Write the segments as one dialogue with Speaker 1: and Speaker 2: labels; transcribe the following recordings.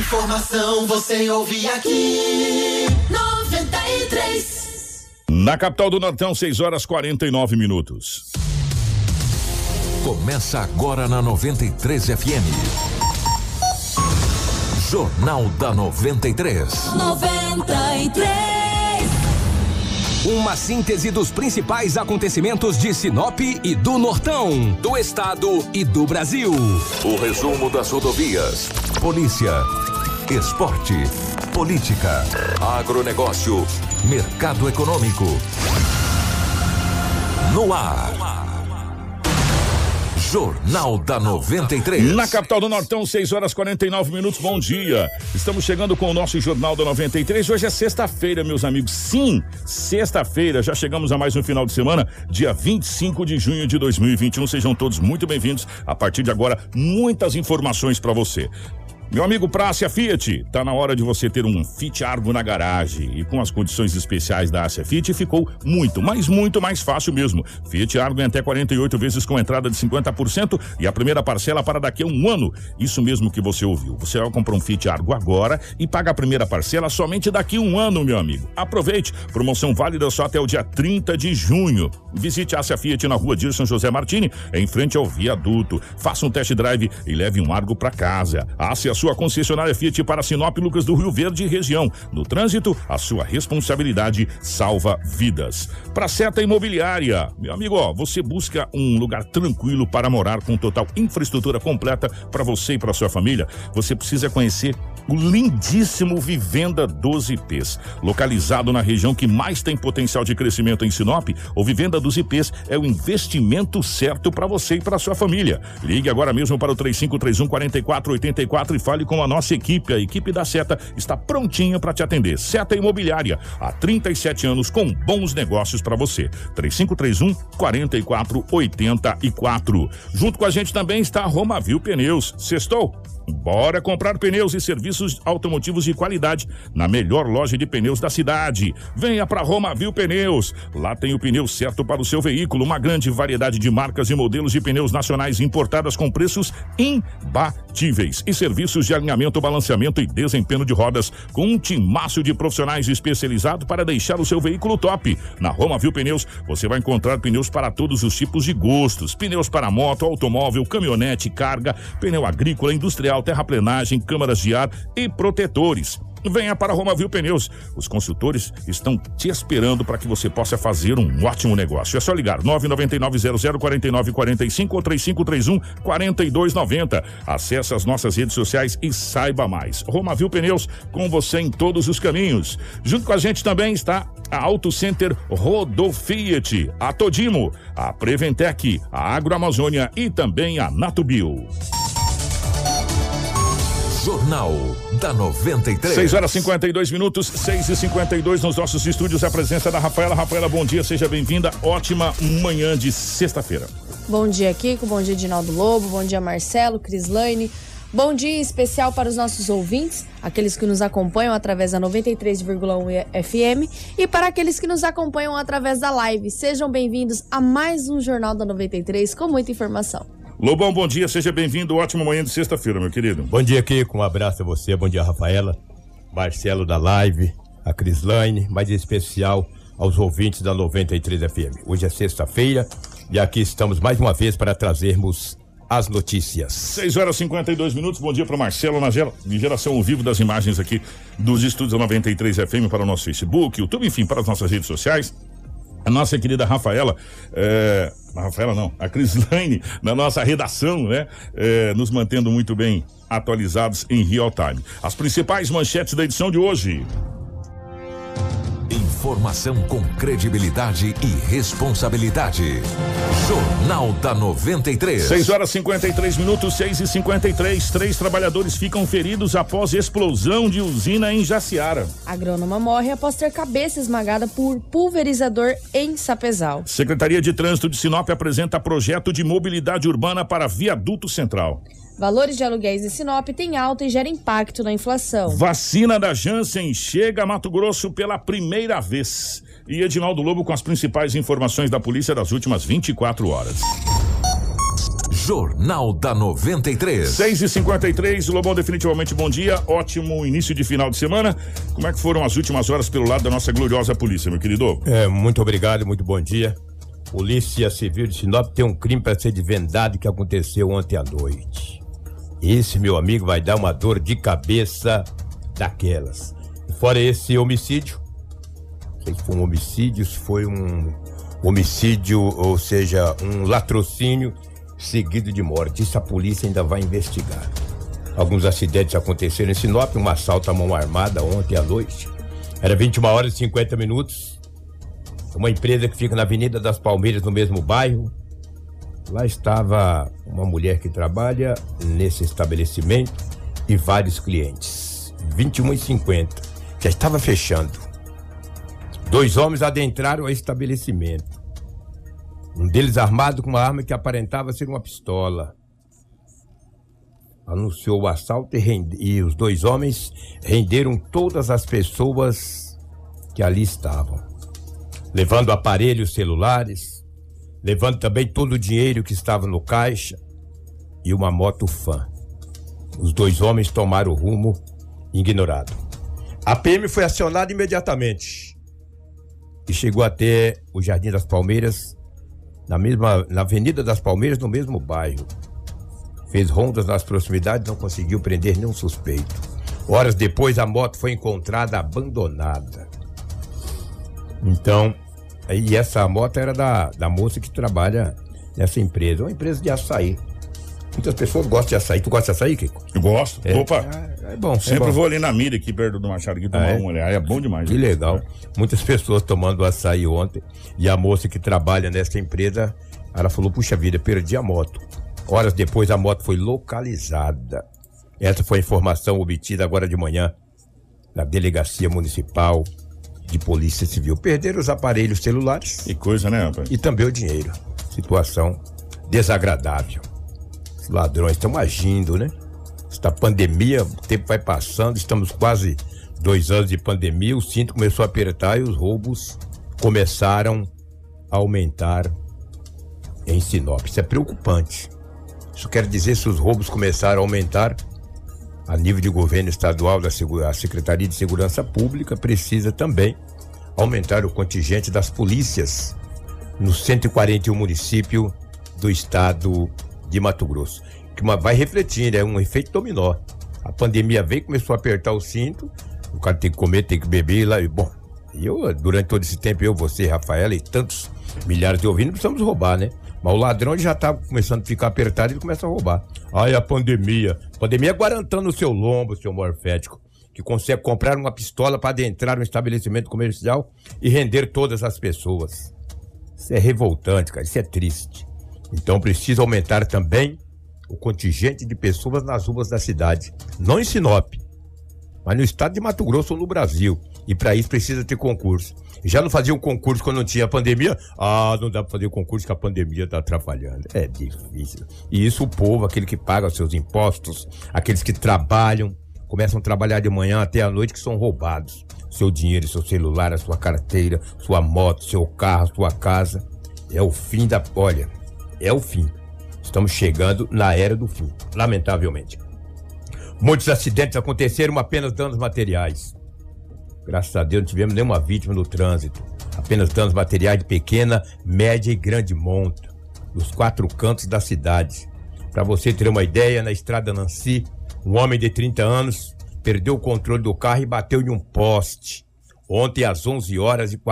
Speaker 1: Informação você ouve aqui. 93.
Speaker 2: Na capital do Nortão, 6h49.
Speaker 3: Começa agora na 93 FM. Jornal da 93.
Speaker 4: 93.
Speaker 5: Uma síntese dos principais acontecimentos de Sinop e do Nortão, do estado e do Brasil.
Speaker 3: O resumo das rodovias, polícia, esporte, política, agronegócio, mercado econômico. No ar. Jornal da 93.
Speaker 2: Na capital do Nortão, 6h49. Bom dia. Estamos chegando com o nosso Jornal da 93. Hoje é sexta-feira, meus amigos. Sim, sexta-feira. Já chegamos a mais um final de semana, dia 25 de junho de 2021. Sejam todos muito bem-vindos. A partir de agora, muitas informações para você. Meu amigo Ásia Fiat, tá na hora de você ter um Fit Argo na garagem. E com as condições especiais da Ásia Fiat, ficou muito, mas muito mais fácil mesmo. Fit Argo em até 48 vezes com entrada de 50% e a primeira parcela para daqui a um ano. Isso mesmo que você ouviu. Você vai comprar um Fit Argo agora e paga a primeira parcela somente daqui a um ano, meu amigo. Aproveite, promoção válida só até o dia 30 de junho. Visite a Ásia Fiat na rua Dirson José Martini, em frente ao viaduto. Faça um test drive e leve um Argo para casa. A Ásia, sua concessionária Fiat para Sinop, Lucas do Rio Verde e região. No trânsito, a sua responsabilidade salva vidas. Pra Seta Imobiliária, meu amigo, você busca um lugar tranquilo para morar com total infraestrutura completa para você e para sua família. Você precisa conhecer o lindíssimo Vivenda 12Ps, localizado na região que mais tem potencial de crescimento em Sinop. O Vivenda 12Ps é o investimento certo para você e para sua família. Ligue agora mesmo para o 3531-4484 e fale com a nossa equipe. A equipe da Seta está prontinha para te atender. Seta Imobiliária, há 37 anos com bons negócios para você. 3531-4484. Junto com a gente também está a Romavil Pneus. Sextou? Bora comprar pneus e serviços automotivos de qualidade na melhor loja de pneus da cidade. Venha para Romavil Pneus. Lá tem o pneu certo para o seu veículo. Uma grande variedade de marcas e modelos de pneus nacionais importadas com preços imbatíveis. E serviços de alinhamento, balanceamento e desempenho de rodas com um timaço de profissionais especializados para deixar o seu veículo top. Na Romavil Pneus você vai encontrar pneus para todos os tipos de gostos. Pneus para moto, automóvel, caminhonete, carga, pneu agrícola, industrial, terraplenagem, câmaras de ar e protetores. Venha para Romavil Pneus. Os consultores estão te esperando para que você possa fazer um ótimo negócio. É só ligar 999-00-4945 ou 3531-4290. Acesse as nossas redes sociais e saiba mais. Romavil Pneus, com você em todos os caminhos. Junto com a gente também está a Auto Center Rodofiat, a Todimo, a Preventec, a Agroamazônia e também a Natubio.
Speaker 3: Jornal da 93.
Speaker 2: 6h52, 6h52 nos nossos estúdios. A presença da Rafaela. Rafaela, bom dia, seja bem-vinda. Ótima manhã de sexta-feira.
Speaker 6: Bom dia, Kiko. Bom dia, Edinaldo Lobo. Bom dia, Marcelo, Crislaine. Bom dia especial para os nossos ouvintes, aqueles que nos acompanham através da 93,1 FM e para aqueles que nos acompanham através da live. Sejam bem-vindos a mais um Jornal da 93 com muita informação.
Speaker 2: Lobão, bom dia, seja bem-vindo. Ótima manhã de sexta-feira, meu querido.
Speaker 7: Bom dia, Kiko. Um abraço a você, bom dia, Rafaela, Marcelo da live, a Crislaine, mais em especial aos ouvintes da 93 FM. Hoje é sexta-feira e aqui estamos mais uma vez para trazermos as notícias.
Speaker 2: 6h52. Bom dia para Marcelo na geração ao vivo das imagens aqui dos estúdios da 93 FM para o nosso Facebook, YouTube, enfim, para as nossas redes sociais. A nossa querida Rafaela, a Crislaine, na nossa redação, né? Nos mantendo muito bem atualizados em real time. As principais manchetes da edição de hoje.
Speaker 3: Informação com credibilidade e responsabilidade. Jornal da 93.
Speaker 2: 6h53, 6h53. 3 trabalhadores ficam feridos após explosão de usina em Jaciara.
Speaker 6: Agrônoma morre após ter cabeça esmagada por pulverizador em Sapezal.
Speaker 2: Secretaria de Trânsito de Sinop apresenta projeto de mobilidade urbana para Viaduto Central.
Speaker 6: Valores de aluguéis em Sinop têm alta e gera impacto na inflação.
Speaker 2: Vacina da Janssen chega a Mato Grosso pela primeira vez. E Edinaldo Lobo com as principais informações da polícia das últimas 24 horas.
Speaker 3: Jornal da 93.
Speaker 2: 6h53, Lobão, definitivamente bom dia, ótimo início de final de semana. Como é que foram as últimas horas pelo lado da nossa gloriosa polícia, meu querido?
Speaker 7: Muito obrigado, muito bom dia. Polícia Civil de Sinop tem um crime para ser desvendado que aconteceu ontem à noite. Esse, meu amigo, vai dar uma dor de cabeça daquelas. Fora esse homicídio, não sei se foi um homicídio, se foi um homicídio, ou seja, um latrocínio seguido de morte. Isso a polícia ainda vai investigar. Alguns acidentes aconteceram em Sinop, um assalto à mão armada ontem à noite. Era 21h50. Uma empresa que fica na Avenida das Palmeiras, no mesmo bairro. Lá estava uma mulher que trabalha nesse estabelecimento e vários clientes. 21h50. Já estava fechando. 2 homens adentraram ao estabelecimento. Um deles armado com uma arma que aparentava ser uma pistola. Anunciou o assalto e os 2 homens renderam todas as pessoas que ali estavam. Levando aparelhos celulares, levando também todo o dinheiro que estava no caixa e uma moto Fan. Os 2 homens tomaram o rumo ignorado. A PM foi acionada imediatamente e chegou até o Jardim das Palmeiras, na Avenida das Palmeiras, no mesmo bairro. Fez rondas nas proximidades, não conseguiu prender nenhum suspeito. Horas depois, a moto foi encontrada abandonada. Então, e essa moto era da moça que trabalha nessa empresa, uma empresa de açaí. Muitas pessoas gostam de açaí. Tu gosta de açaí, Kiko?
Speaker 2: Eu gosto. Opa!
Speaker 7: É bom.
Speaker 2: Sempre
Speaker 7: bom.
Speaker 2: Vou ali na mira, aqui perto do Machado, aqui tomar um olhar. É bom demais.
Speaker 7: Que legal. Muitas pessoas tomando açaí ontem. E a moça que trabalha nessa empresa, ela falou, puxa vida, perdi a moto. Horas depois, a moto foi localizada. Essa foi a informação obtida agora de manhã na Delegacia Municipal de Polícia Civil. Perderam os aparelhos celulares.
Speaker 2: Que coisa, né, rapaz?
Speaker 7: E também o dinheiro. Situação desagradável. Os ladrões estão agindo, né? Esta pandemia, o tempo vai passando, estamos quase 2 anos de pandemia, o cinto começou a apertar e os roubos começaram a aumentar em Sinop. Isso é preocupante. Isso quer dizer, se os roubos começaram a aumentar, a nível de governo estadual, a Secretaria de Segurança Pública precisa também aumentar o contingente das polícias nos 141 municípios do estado de Mato Grosso. Que vai refletindo, é um efeito dominó. A pandemia veio, começou a apertar o cinto, o cara tem que comer, tem que beber, durante todo esse tempo, você, Rafaela e tantos milhares de ouvintes, precisamos roubar, né? Mas o ladrão já tá começando a ficar apertado e ele começa a roubar. Ai, a pandemia guarantando o seu lombo, seu morfético, que consegue comprar uma pistola para adentrar no estabelecimento comercial e render todas as pessoas. Isso é revoltante, cara, isso é triste. Então precisa aumentar também o contingente de pessoas nas ruas da cidade. Não em Sinop, mas no estado de Mato Grosso ou no Brasil. E para isso precisa ter concurso. Já não fazia um concurso quando não tinha pandemia? Não dá para fazer concurso que a pandemia está atrapalhando. É difícil. E isso o povo, aquele que paga os seus impostos, aqueles que trabalham, começam a trabalhar de manhã até a noite, que são roubados. Seu dinheiro, seu celular, a sua carteira, sua moto, seu carro, sua casa. É o fim é o fim. Estamos chegando na era do fim, lamentavelmente. Muitos acidentes aconteceram, apenas danos materiais. Graças a Deus não tivemos nenhuma vítima no trânsito. Apenas danos materiais de pequena, média e grande monta, nos 4 cantos da cidade. Para você ter uma ideia, na estrada Nancy, um homem de 30 anos perdeu o controle do carro e bateu em um poste. Ontem às 11 horas e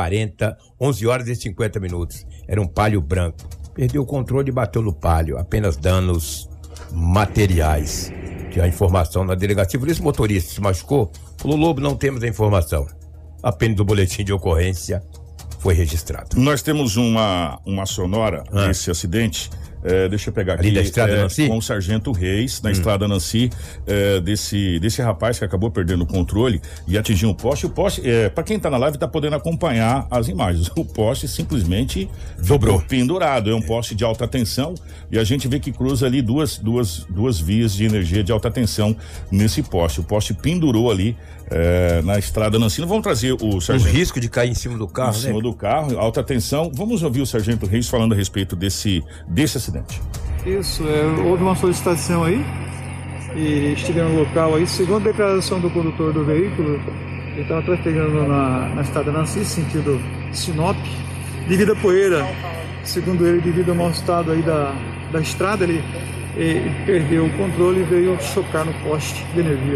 Speaker 7: 50 minutos. Era um Palio branco. Perdeu o controle e bateu no Palio. Apenas danos materiais. Tinha a informação na delegacia. Por isso o motorista se machucou. Falou, Lobo, não temos a informação. Apenas o boletim de ocorrência foi registrado.
Speaker 2: Nós temos uma sonora desse acidente. Deixa eu pegar aqui.
Speaker 7: Ali da Estrada Nancy?
Speaker 2: Com o Sargento Reis, na Estrada Nancy, desse rapaz que acabou perdendo o controle e atingiu um poste. O poste, para quem tá na live, tá podendo acompanhar as imagens. O poste simplesmente
Speaker 7: dobrou,
Speaker 2: pendurado. É um poste de alta tensão e a gente vê que cruza ali duas vias de energia de alta tensão nesse poste. O poste pendurou ali na Estrada Nancy. Vamos trazer o Sargento.
Speaker 7: O risco de cair em cima do carro,
Speaker 2: Em cima do carro, alta tensão. Vamos ouvir o Sargento Reis falando a respeito desse acidente.
Speaker 4: Isso, houve uma solicitação aí e estivemos no local aí. Segundo a declaração do condutor do veículo, ele estava trafegando na estrada Nancy, sentido Sinop, devido à poeira. Segundo ele, devido ao mau estado aí da estrada, ele perdeu o controle e veio chocar no poste de energia.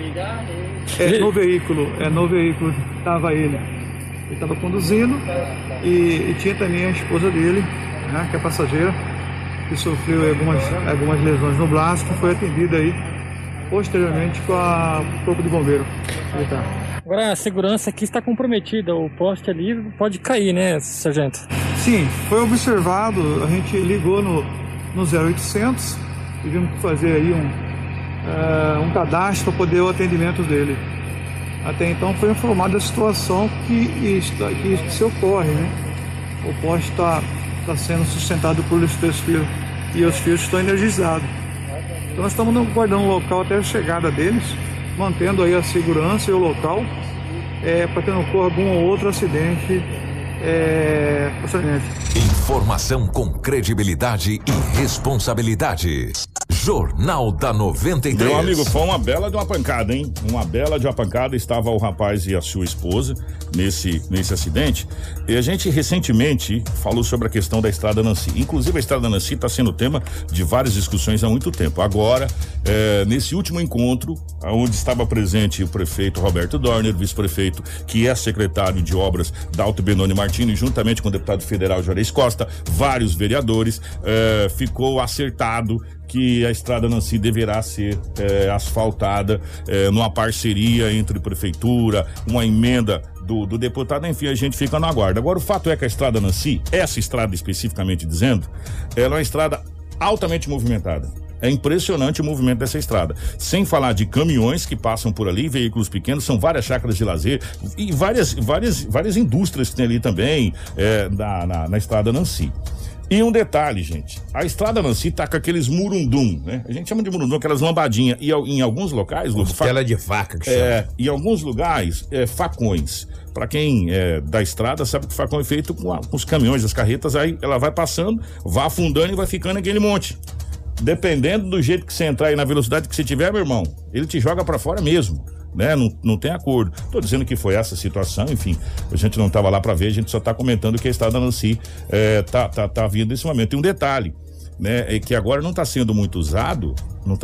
Speaker 4: No veículo estava ele. Ele estava conduzindo e tinha também a esposa dele, né, que é passageira, que sofreu algumas lesões no braço, que foi atendida aí posteriormente com o corpo de bombeiro militar.
Speaker 8: Agora a segurança aqui está comprometida, o poste ali pode cair, né, sargento?
Speaker 4: Sim, foi observado, a gente ligou no 0800, tivemos que fazer aí um cadastro para poder o atendimento dele. Até então foi informada a situação que se ocorre, né? O poste está sendo sustentado por esses 3 fios e os fios estão energizados. Então nós estamos guardando o local até a chegada deles, mantendo aí a segurança e o local para que não ocorra algum ou outro acidente posteriormente.
Speaker 3: Informação com credibilidade e responsabilidade. Jornal da 93.
Speaker 2: Meu amigo, foi uma bela de uma pancada, hein? Uma bela de uma pancada. Estava o rapaz e a sua esposa nesse acidente. E a gente recentemente falou sobre a questão da Estrada Nancy. Inclusive a Estrada Nancy está sendo tema de várias discussões há muito tempo. Agora, nesse último encontro, onde estava presente o prefeito Roberto Dorner, vice-prefeito, que é secretário de obras da Alto Benoni Martini, juntamente com o deputado federal Juarez Costa, vários vereadores, ficou acertado que a Estrada Nancy deverá ser asfaltada numa parceria entre prefeitura, uma emenda do deputado, enfim, a gente fica no aguardo. Agora, o fato é que a Estrada Nancy, essa estrada especificamente dizendo, ela é uma estrada altamente movimentada. É impressionante o movimento dessa estrada. Sem falar de caminhões que passam por ali, veículos pequenos, são várias chácaras de lazer e várias indústrias que tem ali também na Estrada Nancy. E um detalhe, gente, a Estrada Nancy tá com aqueles murundum, né? A gente chama de murundum, aquelas lambadinhas, e em alguns locais...
Speaker 7: Costela de vaca que chama.
Speaker 2: Em alguns lugares, facões. Pra quem é da estrada, sabe que facão é feito com os caminhões, as carretas, aí ela vai passando, vai afundando e vai ficando aquele monte. Dependendo do jeito que você entrar aí na velocidade que você tiver, meu irmão, ele te joga pra fora mesmo. Né? Não tem acordo. Tô dizendo que foi essa situação, enfim, a gente não estava lá para ver, a gente só tá comentando que a Estrada Nancy tá vindo nesse momento. E um detalhe, né, é que agora não está sendo muito usado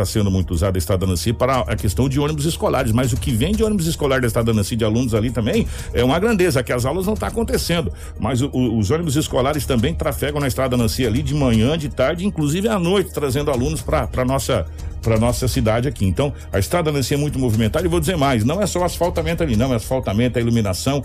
Speaker 2: a Estrada Nancy para a questão de ônibus escolares, mas o que vem de ônibus escolar da Estrada Nancy, de alunos ali também, é uma grandeza, que as aulas não tá acontecendo, mas os ônibus escolares também trafegam na Estrada Nancy ali de manhã, de tarde, inclusive à noite, trazendo alunos para nossa cidade aqui. Então, a Estrada Nancy é muito movimentada, e vou dizer mais, não é só asfaltamento ali, não, é asfaltamento, é iluminação,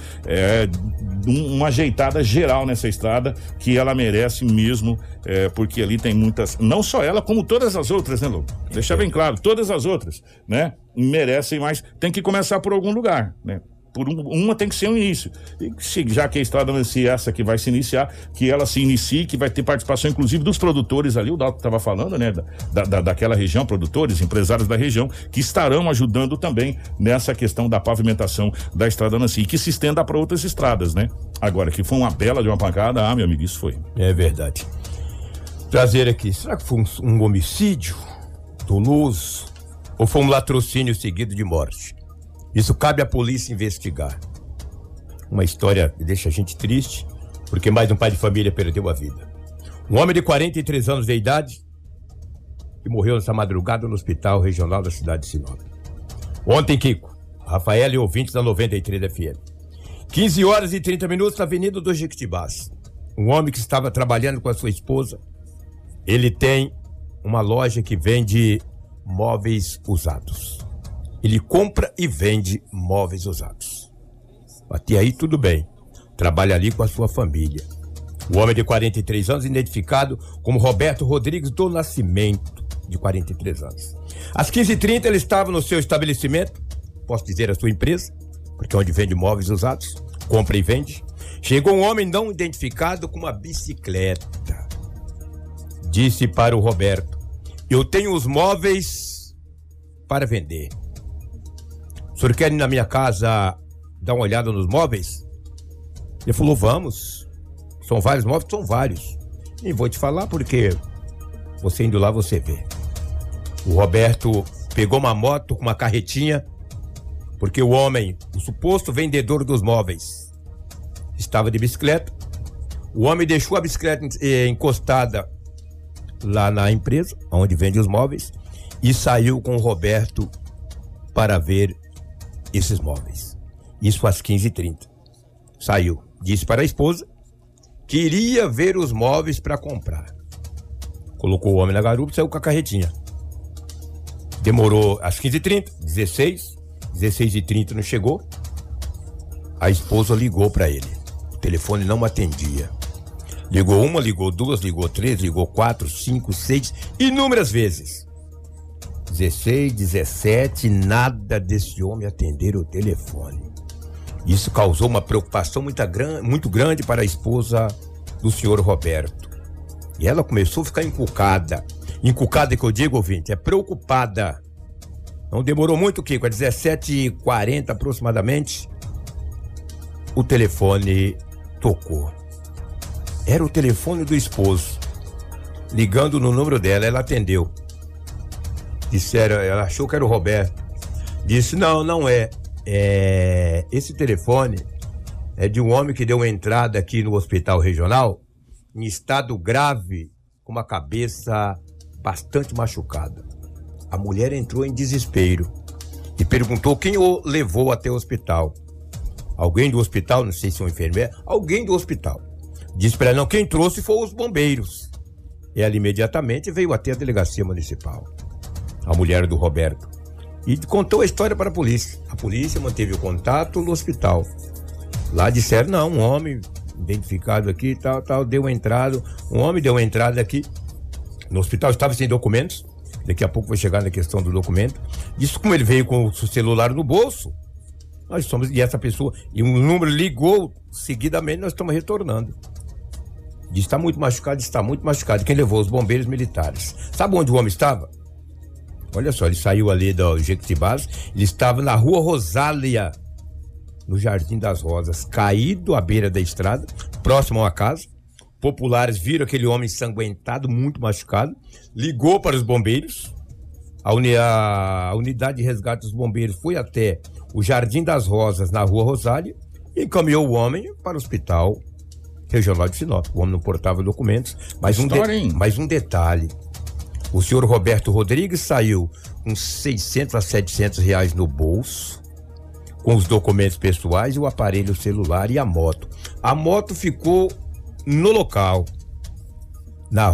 Speaker 2: uma ajeitada geral nessa estrada, que ela merece mesmo, porque ali tem muitas, não só ela, como todas as outras, né, Lobo? Deixa bem claro, todas as outras, né? Merecem, mas tem que começar por algum lugar, né? Uma tem que ser um início. E já que a Estrada Nancy é essa que vai se iniciar, que ela se inicie, que vai ter participação inclusive dos produtores ali, o Dalton estava falando, né? Daquela região, produtores, empresários da região, que estarão ajudando também nessa questão da pavimentação da Estrada Nancy, e que se estenda para outras estradas, né? Agora, que foi uma bela de uma pancada, meu amigo, isso foi.
Speaker 7: É verdade. Trazer aqui, será que foi um homicídio doloso ou foi um latrocínio seguido de morte? Isso cabe à polícia investigar. Uma história que deixa a gente triste, porque mais um pai de família perdeu a vida. Um homem de 43 anos de idade que morreu nessa madrugada no hospital regional da cidade de Sinop. Ontem, Kiko, Rafael e ouvintes da 93 FM. 15 horas e 30 minutos na Avenida dos Jequitibás. Um homem que estava trabalhando com a sua esposa. Ele tem uma loja que vende móveis usados. Ele compra e vende móveis usados. Até aí tudo bem. Trabalha ali com a sua família. O homem de 43 anos, identificado como Roberto Rodrigues do Nascimento, de 43 anos. Às 15h30 ele estava no seu estabelecimento, posso dizer a sua empresa, porque é onde vende móveis usados, compra e vende. Chegou um homem não identificado com uma bicicleta. Disse para o Roberto: eu tenho os móveis para vender. O senhor quer ir na minha casa dar uma olhada nos móveis? Ele falou: vamos. São vários móveis? São vários. E vou te falar porque Você indo lá, você vê. O Roberto pegou uma moto com uma carretinha, porque o homem, o suposto vendedor dos móveis, estava de bicicleta. O homem deixou a bicicleta encostada lá na empresa, onde vende os móveis, e saiu com o Roberto para ver esses móveis. Isso às 15h30. Saiu, disse para a esposa que iria ver os móveis para comprar. Colocou o homem na garupa e saiu com a carretinha. Demorou às 15h30, 16h30 não chegou. A esposa ligou para ele. O telefone não atendia. Ligou uma, ligou duas, ligou três, ligou 4, 5, 6, inúmeras vezes. 16, 17, nada desse homem atender o telefone. Isso causou uma preocupação muito grande para a esposa do senhor Roberto. E ela começou a ficar encucada. Encucada que eu digo, ouvinte, é preocupada. Não demorou muito, Kiko, às 17h40 aproximadamente, o telefone tocou. Era o telefone do esposo. Ligando no número dela, ela atendeu. Disseram, ela achou que era o Roberto. Disse, não é. Esse telefone é de um homem que deu uma entrada aqui no hospital regional em estado grave, com uma cabeça bastante machucada. A mulher entrou em desespero e perguntou quem o levou até o hospital. Alguém do hospital, não sei se é um enfermeiro, alguém do hospital. Disse para ela, não, quem trouxe foi os bombeiros. Ela imediatamente veio até a delegacia municipal, a mulher do Roberto, e contou a história para a polícia. A polícia manteve o contato no hospital. Lá disseram, não, um homem identificado aqui, tal, deu uma entrada, um homem deu uma entrada aqui no hospital, estava sem documentos, daqui a pouco vai chegar na questão do documento. Disse como ele veio com o celular no bolso, nós somos, e essa pessoa, e um número ligou seguidamente, nós estamos retornando. Diz, está muito machucado. Quem levou? Os bombeiros militares. Sabe onde o homem estava? Olha só, ele saiu ali do Jequitibás, ele estava na Rua Rosália, no Jardim das Rosas, caído à beira da estrada, próximo a uma casa. Populares viram aquele homem ensanguentado, muito machucado, ligou para os bombeiros. A unidade de resgate dos bombeiros foi até o Jardim das Rosas, na Rua Rosália, e encaminhou o homem para o hospital regional de Sinop. O homem não portava documentos, mas um detalhe. O senhor Roberto Rodrigues saiu com 600 a 700 reais no bolso, com os documentos pessoais e o aparelho celular e a moto. A moto ficou no local, na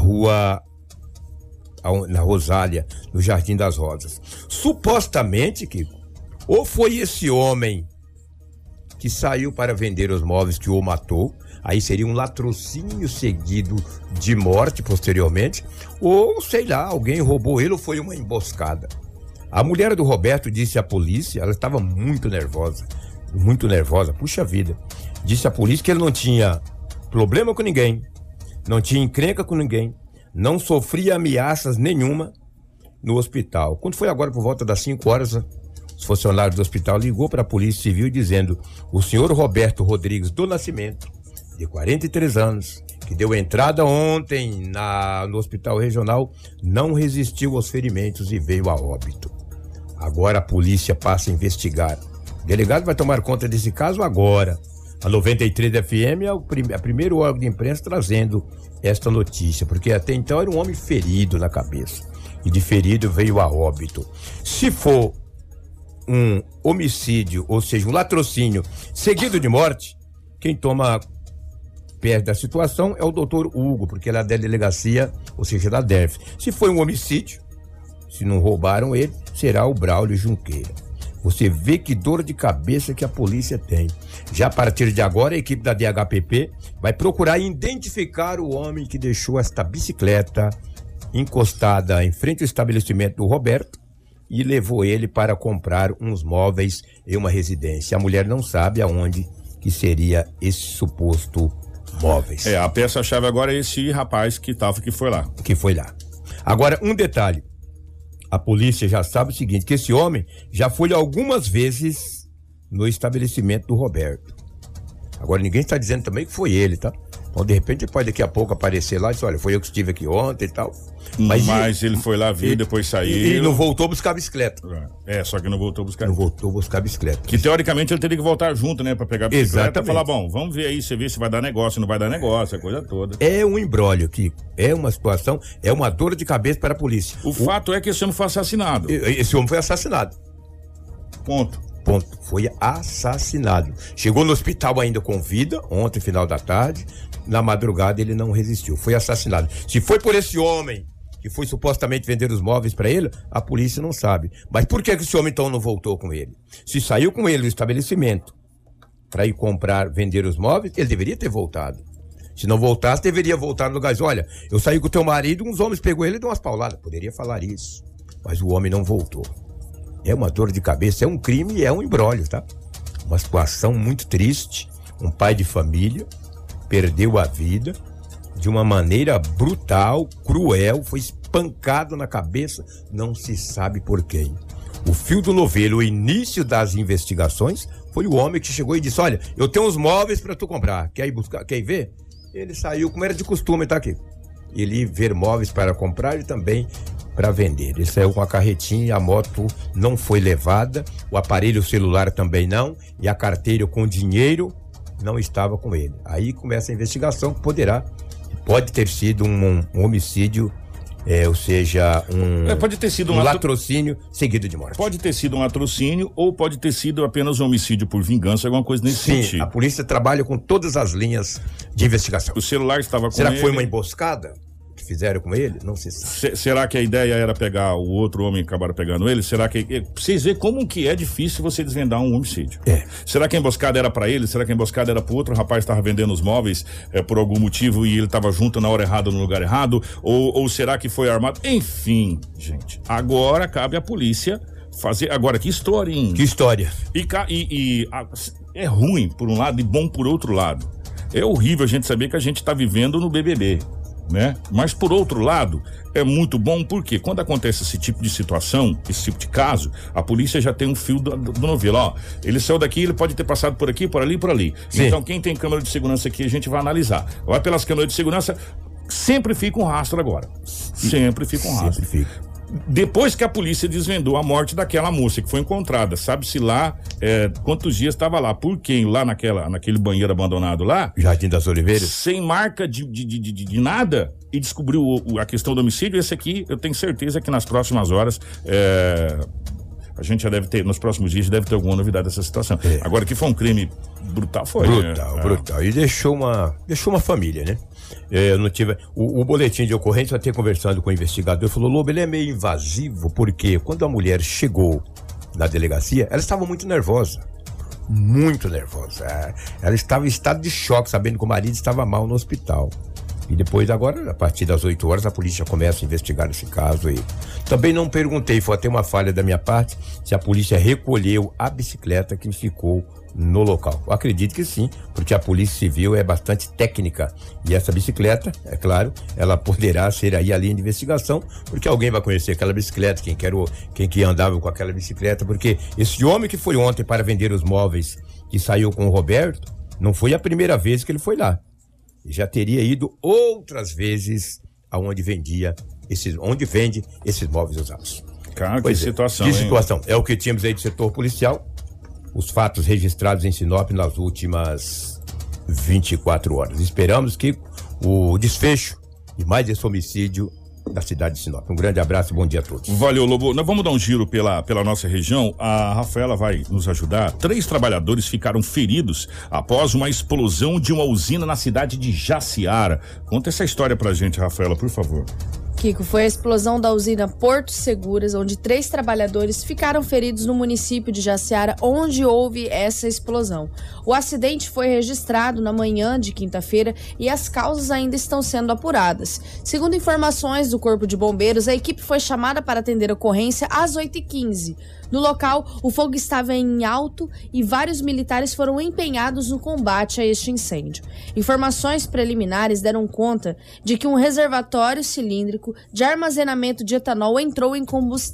Speaker 7: Rosália, no Jardim das Rosas. Supostamente, Kiko, ou foi esse homem que saiu para vender os móveis que o matou, aí seria um latrocínio seguido de morte posteriormente, ou sei lá, alguém roubou ele ou foi uma emboscada. A mulher do Roberto disse à polícia, ela estava muito nervosa, puxa vida, disse à polícia que ele não tinha problema com ninguém, não tinha encrenca com ninguém, não sofria ameaças nenhuma no hospital. Quando foi agora por volta das 5 horas, os funcionários do hospital ligou para a Polícia Civil dizendo, o senhor Roberto Rodrigues do Nascimento, de 43 anos, que deu entrada ontem no hospital regional, não resistiu aos ferimentos e veio a óbito. Agora a polícia passa a investigar. O delegado vai tomar conta desse caso agora. A 93 FM é a primeiro órgão de imprensa trazendo esta notícia, porque até então era um homem ferido na cabeça. E de ferido veio a óbito. Se for um homicídio, ou seja, um latrocínio seguido de morte, quem toma perto da situação é o doutor Hugo, porque ele é da delegacia, ou seja, da DERF. Se foi um homicídio, se não roubaram ele, será o Braulio Junqueira. Você vê que dor de cabeça que a polícia tem. Já a partir de agora, a equipe da DHPP vai procurar identificar o homem que deixou esta bicicleta encostada em frente ao estabelecimento do Roberto e levou ele para comprar uns móveis em uma residência. A mulher não sabe aonde que seria esse suposto móveis.
Speaker 2: A peça-chave agora é esse rapaz que foi lá.
Speaker 7: Que foi lá. Agora, um detalhe. A polícia já sabe o seguinte, que esse homem já foi algumas vezes no estabelecimento do Roberto. Agora, ninguém está dizendo também que foi ele, tá? Então, de repente, pode daqui a pouco aparecer lá e dizer, olha, foi eu que estive aqui ontem e tal.
Speaker 2: Mas ele foi lá, viu, depois saiu.
Speaker 7: E não voltou a buscar a bicicleta.
Speaker 2: Só que não voltou a buscar.
Speaker 7: Não voltou a buscar a bicicleta.
Speaker 2: Que teoricamente ele teria que voltar junto, né, pra pegar a bicicleta.
Speaker 7: Exatamente.
Speaker 2: E falar, bom, vamos ver aí, você vê se vai dar negócio, não vai dar negócio, a coisa toda.
Speaker 7: É um imbróglio aqui, é uma situação, é uma dor de cabeça para a polícia.
Speaker 2: O fato é que esse homem foi assassinado.
Speaker 7: Esse homem foi assassinado.
Speaker 2: Ponto.
Speaker 7: Foi assassinado. Chegou no hospital ainda com vida, ontem, final da tarde. Na madrugada ele não resistiu, foi assassinado. Se foi por esse homem que foi supostamente vender os móveis para ele, a polícia não sabe. Mas por que esse homem então não voltou com ele? Se saiu com ele do estabelecimento para ir comprar, vender os móveis, ele deveria ter voltado. Se não voltasse, deveria voltar no lugar. Olha, eu saí com o teu marido, uns homens pegou ele e deu umas pauladas. Poderia falar isso, mas o homem não voltou. É uma dor de cabeça, é um crime e é um imbróglio, tá? Uma situação muito triste. Um pai de família perdeu a vida de uma maneira brutal, cruel, foi espancado na cabeça, não se sabe por quem. O fio do novelo, o início das investigações, foi o homem que chegou e disse, olha, eu tenho uns móveis para tu comprar, quer ir buscar, quer ir ver? Ele saiu, como era de costume, tá aqui. Ele ia ver móveis para comprar e também para vender. Ele saiu com a carretinha, a moto não foi levada, o aparelho celular também não, e a carteira com dinheiro não estava com ele. Aí começa a investigação que pode ter sido um homicídio, ou seja,
Speaker 2: pode ter sido
Speaker 7: um latrocínio seguido de morte.
Speaker 2: Pode ter sido um latrocínio ou pode ter sido apenas um homicídio por vingança, alguma coisa nesse sentido.
Speaker 7: A polícia trabalha com todas as linhas de investigação.
Speaker 2: O celular estava com ele.
Speaker 7: Será que foi uma emboscada que fizeram com ele? Não se sabe.
Speaker 2: Será que a ideia era pegar o outro homem e acabaram pegando ele? Será que... Vocês veem como que é difícil você desvendar um homicídio. Será que a emboscada era pra ele? Será que a emboscada era pro outro rapaz que estava vendendo os móveis por algum motivo e ele estava junto na hora errada, no lugar errado? Ou será que foi armado? Enfim, gente. Agora cabe à polícia fazer... Agora, que história, hein?
Speaker 7: Que história.
Speaker 2: É ruim por um lado e bom por outro lado. É horrível a gente saber que a gente tá vivendo no BBB. Né? Mas por outro lado, é muito bom porque quando acontece esse tipo de situação, esse tipo de caso, a polícia já tem um fio do novelo, ó, ele saiu daqui, ele pode ter passado por aqui, por ali, por ali. Sim. Então quem tem câmera de segurança aqui, a gente vai analisar. Vai pelas câmeras de segurança, sempre fica um rastro agora. Sempre fica um rastro.
Speaker 7: Sempre fica.
Speaker 2: Depois que a polícia desvendou a morte daquela moça que foi encontrada, sabe-se lá quantos dias estava lá, por quem? Lá naquele banheiro abandonado lá,
Speaker 7: Jardim das Oliveiras,
Speaker 2: sem marca de nada, e descobriu a questão do homicídio. Esse aqui, eu tenho certeza que nas próximas horas a gente já deve ter, nos próximos dias deve ter alguma novidade dessa situação. Agora, que foi um crime brutal, foi.
Speaker 7: Brutal. E deixou uma família, né? Eu não tive... O boletim de ocorrência, eu até conversando com o investigador, falou, Lobo, ele é meio invasivo, porque quando a mulher chegou na delegacia, ela estava muito nervosa. Muito nervosa. Ela estava em estado de choque, sabendo que o marido estava mal no hospital. E depois, agora, a partir das 8 horas, a polícia começa a investigar esse caso aí. Também não perguntei, foi até uma falha da minha parte, se a polícia recolheu a bicicleta que ficou no local. Eu acredito que sim, porque a Polícia Civil é bastante técnica. E essa bicicleta, é claro, ela poderá ser aí a linha de investigação, porque alguém vai conhecer aquela bicicleta, quem que andava com aquela bicicleta, porque esse homem que foi ontem para vender os móveis, que saiu com o Roberto, não foi a primeira vez que ele foi lá. Já teria ido outras vezes aonde onde vende esses móveis usados.
Speaker 2: Cara, que situação,
Speaker 7: que situação. É o que tínhamos aí do setor policial, os fatos registrados em Sinop nas últimas 24 horas. Esperamos que o desfecho de mais esse homicídio da cidade de Sinop. Um grande abraço e bom dia a todos.
Speaker 2: Valeu, Lobo. Nós vamos dar um giro pela nossa região. A Rafaela vai nos ajudar. 3 trabalhadores ficaram feridos após uma explosão de uma usina na cidade de Jaciara. Conta essa história pra gente, Rafaela, por favor.
Speaker 6: Kiko, foi a explosão da usina Porto Seguras, onde 3 trabalhadores ficaram feridos no município de Jaciara, onde houve essa explosão. O acidente foi registrado na manhã de quinta-feira e as causas ainda estão sendo apuradas. Segundo informações do Corpo de Bombeiros, a equipe foi chamada para atender a ocorrência às 8h15. No local, o fogo estava em alto e vários militares foram empenhados no combate a este incêndio. Informações preliminares deram conta de que um reservatório cilíndrico de armazenamento de etanol entrou em combustão,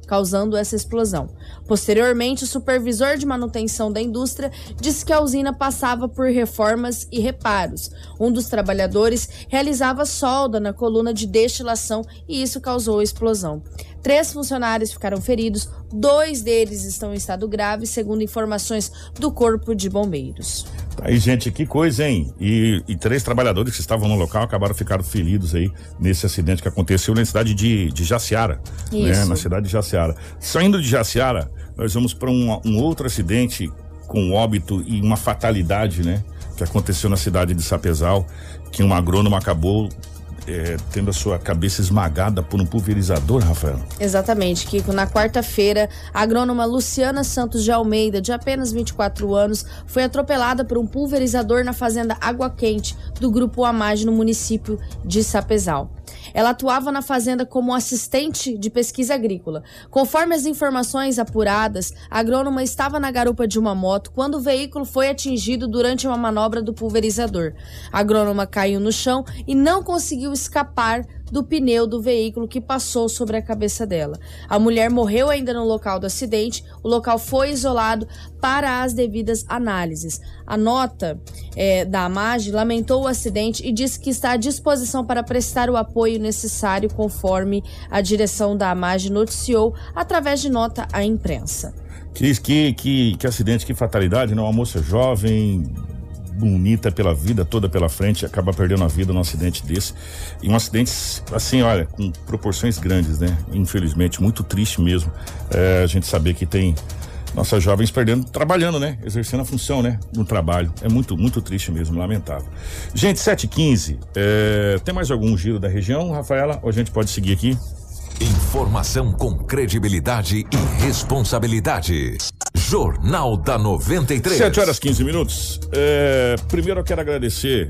Speaker 6: causando essa explosão. Posteriormente, o supervisor de manutenção da indústria disse que a usina passava por reformas e reparos. Um dos trabalhadores realizava solda na coluna de destilação e isso causou a explosão. 3 funcionários ficaram feridos, 2 deles estão em estado grave, segundo informações do Corpo de Bombeiros.
Speaker 2: Aí, gente, que coisa, hein? E 3 trabalhadores que estavam no local acabaram ficando feridos aí nesse acidente que aconteceu na cidade de Jaciara. Né? Na cidade de Jaciara. Saindo de Jaciara, nós vamos para um outro acidente com óbito e uma fatalidade, né? Que aconteceu na cidade de Sapezal, que um agrônomo acabou tendo a sua cabeça esmagada por um pulverizador, Rafael.
Speaker 6: Exatamente, Kiko. Na quarta-feira, a agrônoma Luciana Santos de Almeida, de apenas 24 anos, foi atropelada por um pulverizador na fazenda Água Quente, do Grupo Amage, no município de Sapezal. Ela atuava na fazenda como assistente de pesquisa agrícola. Conforme as informações apuradas, a agrônoma estava na garupa de uma moto quando o veículo foi atingido durante uma manobra do pulverizador. A agrônoma caiu no chão e não conseguiu escapar do pneu do veículo que passou sobre a cabeça dela. A mulher morreu ainda no local do acidente. O local foi isolado para as devidas análises. A nota da Amage lamentou o acidente e disse que está à disposição para prestar o apoio necessário, conforme a direção da Amage noticiou através de nota à imprensa.
Speaker 2: Que acidente, que fatalidade, né? Uma moça jovem, bonita pela vida toda pela frente, acaba perdendo a vida num acidente desse. E um acidente, assim, olha, com proporções grandes, né? Infelizmente, muito triste mesmo. A gente saber que tem nossas jovens trabalhando, né? Exercendo a função, né? No trabalho. É muito, muito triste mesmo, lamentável. Gente, 7h15, tem mais algum giro da região, Rafaela? Ou a gente pode seguir aqui?
Speaker 3: Informação com credibilidade e responsabilidade. Jornal da 93.
Speaker 2: 7h15. Primeiro eu quero agradecer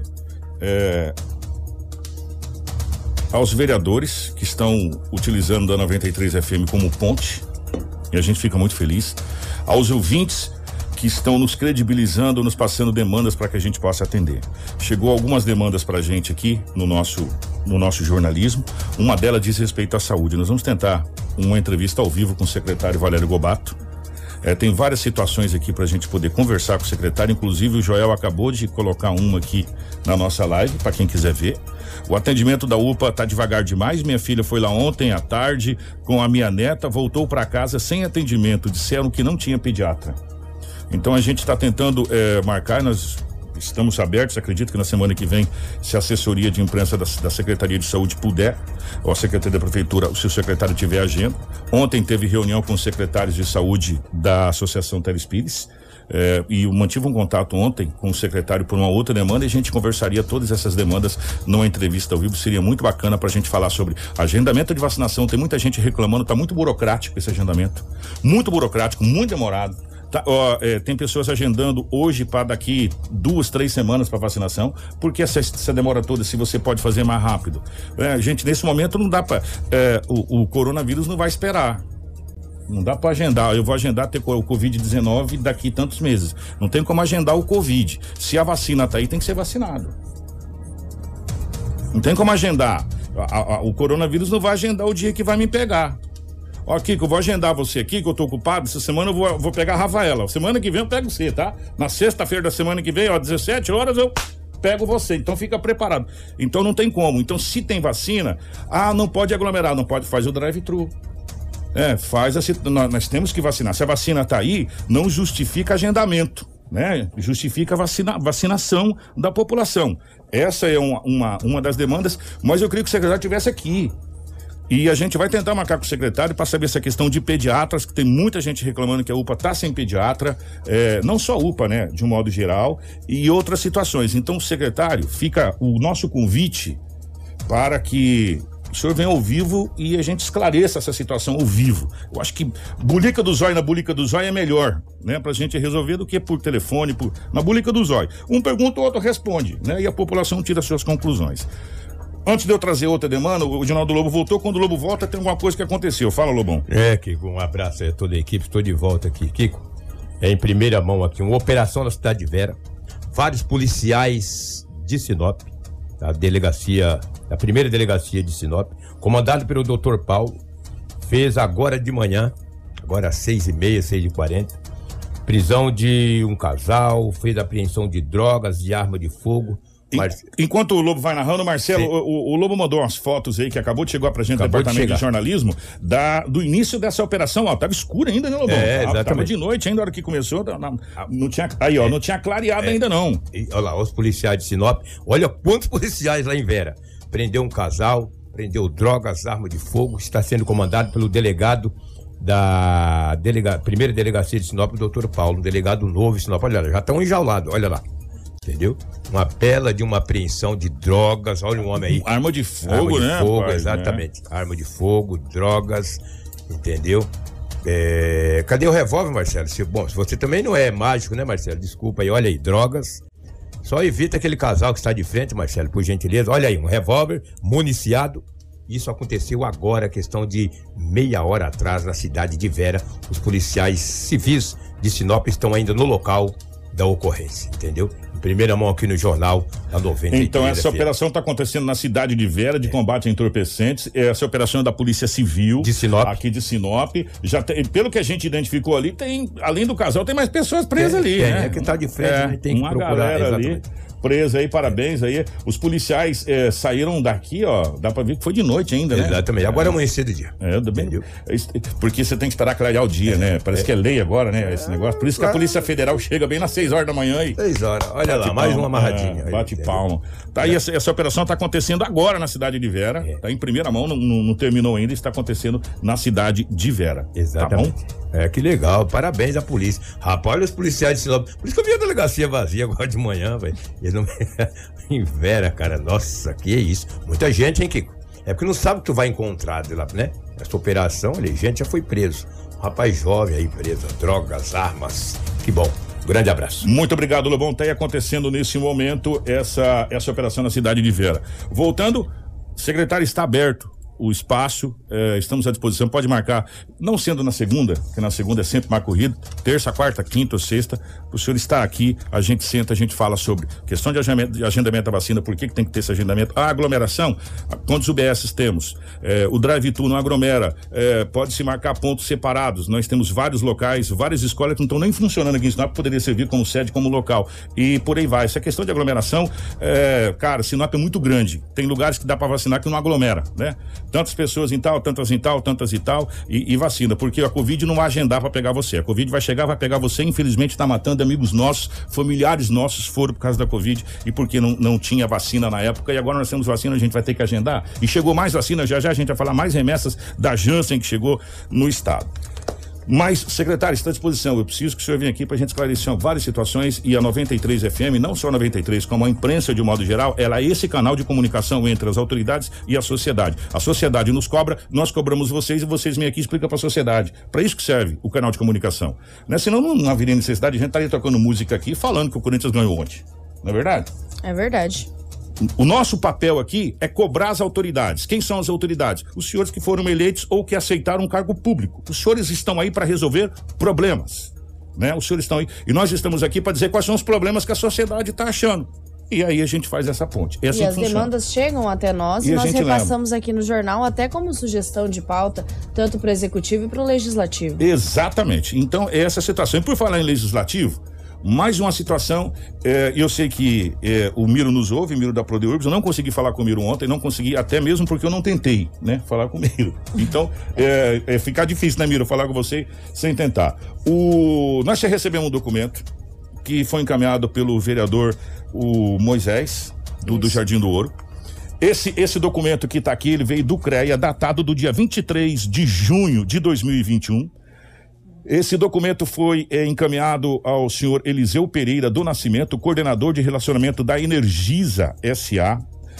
Speaker 2: aos vereadores que estão utilizando a 93 FM como ponte, e a gente fica muito feliz. Aos ouvintes que estão nos credibilizando, nos passando demandas para que a gente possa atender. Chegou algumas demandas para a gente aqui no nosso jornalismo. Uma delas diz respeito à saúde. Nós vamos tentar uma entrevista ao vivo com o secretário Valério Gobato. Tem várias situações aqui para a gente poder conversar com o secretário. Inclusive o Joel acabou de colocar uma aqui na nossa live para quem quiser ver. O atendimento da UPA tá devagar demais. Minha filha foi lá ontem à tarde com a minha neta, voltou para casa sem atendimento. Disseram que não tinha pediatra. Então a gente está tentando marcar, nós estamos abertos, acredito que na semana que vem, se a assessoria de imprensa da Secretaria de Saúde puder, ou a Secretaria da Prefeitura, se o secretário tiver agenda. Ontem teve reunião com os secretários de saúde da Associação Telespires, e eu mantive um contato ontem com o secretário por uma outra demanda e a gente conversaria todas essas demandas numa entrevista ao vivo. Seria muito bacana pra gente falar sobre agendamento de vacinação. Tem muita gente reclamando, tá muito burocrático esse agendamento, muito burocrático, muito demorado. Tem pessoas agendando hoje para daqui 2-3 semanas para vacinação, porque essa demora toda, se você pode fazer mais rápido. Gente, nesse momento não dá para o coronavírus não vai esperar. Não dá para agendar. Eu vou agendar ter o Covid-19 daqui tantos meses. Não tem como agendar o Covid. Se a vacina tá aí, tem que ser vacinado. Não tem como agendar. O coronavírus não vai agendar o dia que vai me pegar. Ó, Kiko, eu vou agendar você aqui, que eu tô ocupado. Essa semana eu vou pegar a Rafaela. Semana que vem eu pego você, tá? Na sexta-feira da semana que vem, 17 horas, eu pego você. Então fica preparado. Então não tem como. Então se tem vacina, não pode aglomerar, não pode fazer o drive-thru. Nós temos que vacinar. Se a vacina tá aí, não justifica agendamento, né? Justifica vacinação da população. Essa é uma das demandas, mas eu queria que o secretário estivesse aqui. E a gente vai tentar marcar com o secretário para saber essa questão de pediatras, que tem muita gente reclamando que a UPA tá sem pediatra, não só a UPA, né? De um modo geral, e outras situações. Então, secretário, fica o nosso convite para que o senhor venha ao vivo e a gente esclareça essa situação ao vivo. Eu acho que bulica do zóio na bulica do zóio é melhor, né? Pra gente resolver do que por telefone, na bulica do zóio. Um pergunta, o outro responde, né? E a população tira suas conclusões. Antes de eu trazer outra demanda, o Ginaldo Lobo voltou. Quando o Lobo volta, tem alguma coisa que aconteceu. Fala, Lobão.
Speaker 7: Kiko, um abraço a toda a equipe, estou de volta aqui. Kiko, em primeira mão aqui, uma operação na cidade de Vera. Vários policiais de Sinop, a primeira delegacia de Sinop, comandado pelo Dr. Paulo, fez agora de manhã, agora às 6h30, 6h40, prisão de um casal, fez apreensão de drogas, de arma de fogo.
Speaker 2: Enquanto o Lobo vai narrando, Marcelo, o Lobo mandou umas fotos aí que acabou de chegar pra gente do Departamento de Jornalismo do início dessa operação. Ó, tava escuro ainda, né, Lobão?
Speaker 7: Exatamente.
Speaker 2: Tava de noite ainda, a hora que começou, não tinha, aí, ó, não tinha clareado ainda não.
Speaker 7: Olha lá, os policiais de Sinop, olha quantos policiais lá em Vera. Prendeu um casal, prendeu drogas, arma de fogo, está sendo comandado pelo delegado da primeira delegacia de Sinop, o doutor Paulo, um delegado novo em Sinop. Olha lá, já estão enjaulados, olha lá. Entendeu? Uma bela de uma apreensão de drogas, olha o homem aí.
Speaker 2: Arma de fogo, né?
Speaker 7: Arma de fogo,
Speaker 2: rapaz,
Speaker 7: exatamente. Né? Arma de fogo, drogas, entendeu? Cadê o revólver, Marcelo? Se você também não é mágico, né, Marcelo? Desculpa aí, olha aí, drogas. Só evita aquele casal que está de frente, Marcelo, por gentileza. Olha aí, um revólver municiado. Isso aconteceu agora, questão de meia hora atrás, na cidade de Vera. Os policiais civis de Sinop estão ainda no local da ocorrência, entendeu? Em primeira mão aqui no Jornal da 93.
Speaker 2: Então essa operação está acontecendo na cidade de Vera, de combate a entorpecentes. Essa operação é da Polícia Civil
Speaker 7: de Sinop,
Speaker 2: aqui de Sinop. Já tem, pelo que a gente identificou ali, tem, além do casal, tem mais pessoas presas ali, né?
Speaker 7: É que tá de frente, né? Tem
Speaker 2: uma
Speaker 7: que procurar,
Speaker 2: galera
Speaker 7: exatamente.
Speaker 2: ali presa aí, parabéns aí. Os policiais saíram daqui, ó, dá pra ver que foi de noite ainda, né?
Speaker 7: Exatamente, agora amanhecer do dia.
Speaker 2: Porque você tem que esperar clarear o dia, né? Parece que é lei agora, né? Esse negócio. Por isso que a Polícia Federal chega bem nas 6 horas da manhã e
Speaker 7: 6 horas, olha lá, mais uma amarradinha.
Speaker 2: Bate palma. Tá aí, essa operação tá acontecendo agora na cidade de Vera. Tá em primeira mão, não terminou ainda, está acontecendo na cidade de Vera.
Speaker 7: Exatamente.
Speaker 2: Tá bom?
Speaker 7: Que legal, parabéns à polícia. Rapaz, olha os policiais de Sinop. Por isso que eu vi a delegacia vazia agora de manhã, velho. Eles não... em Vera, cara, nossa, que é isso. Muita gente, hein, Kiko? É porque não sabe o que tu vai encontrar de lá, né? Essa operação, gente já foi preso. Um rapaz jovem aí preso, drogas, armas. Que bom. Grande abraço.
Speaker 2: Muito obrigado, Lobão. Tá aí acontecendo nesse momento essa operação na cidade de Vera. Voltando, secretário, está aberto o espaço, estamos à disposição, pode marcar, não sendo na segunda, que na segunda é sempre mar corrido, terça, quarta, quinta ou sexta, o senhor está aqui, a gente senta, a gente fala sobre questão de agendamento da vacina, por que tem que ter esse agendamento, a aglomeração, quantos UBSs temos, o drive-thru não aglomera, pode-se marcar pontos separados, nós temos vários locais, várias escolas que não estão nem funcionando aqui em Sinop, poderia servir como sede, como local, e por aí vai. Essa questão de aglomeração, cara, Sinop é muito grande, tem lugares que dá para vacinar que não aglomera, né? Tantas pessoas em tal, tantas em tal, tantas e tal, e vacina, porque a Covid não vai agendar para pegar você. A Covid vai chegar, vai pegar você, infelizmente está matando amigos nossos, familiares nossos foram por causa da Covid e porque não tinha vacina na época, e agora nós temos vacina, a gente vai ter que agendar. E chegou mais vacina, já a gente vai falar mais remessas da Janssen que chegou no estado. Mas, secretário, está à disposição. Eu preciso que o senhor venha aqui para a gente esclarecer várias situações, e a 93 FM, não só a 93, como a imprensa de um modo geral, ela é esse canal de comunicação entre as autoridades e a sociedade. A sociedade nos cobra, nós cobramos vocês, e vocês vêm aqui e explicam para a sociedade. Para isso que serve o canal de comunicação. Né? Senão não haveria necessidade de a gente estaria tocando música aqui falando que o Corinthians ganhou ontem. Não é verdade?
Speaker 6: É verdade.
Speaker 2: O nosso papel aqui é cobrar as autoridades. Quem são as autoridades? Os senhores que foram eleitos ou que aceitaram um cargo público. Os senhores estão aí para resolver problemas, né? Os senhores estão aí. E nós estamos aqui para dizer quais são os problemas que a sociedade está achando. E aí a gente faz essa ponte. É assim
Speaker 6: e as
Speaker 2: funciona.
Speaker 6: Demandas chegam até nós e nós repassamos aqui no jornal até como sugestão de pauta, tanto para o executivo e para o legislativo.
Speaker 2: Exatamente. Então, é essa situação. E por falar em legislativo, mais uma situação, eu sei que o Miro nos ouve, Miro da Prodeurbs, eu não consegui falar com o Miro ontem, não consegui, até mesmo porque eu não tentei, né, falar com o Miro. Então, fica difícil, né, Miro, falar com você sem tentar. Nós já recebemos um documento que foi encaminhado pelo vereador o Moisés, do Jardim do Ouro. Esse documento que está aqui, ele veio do CREA, datado do dia 23 de junho de 2021. Esse documento foi encaminhado ao senhor Eliseu Pereira do Nascimento, coordenador de relacionamento da Energisa S.A.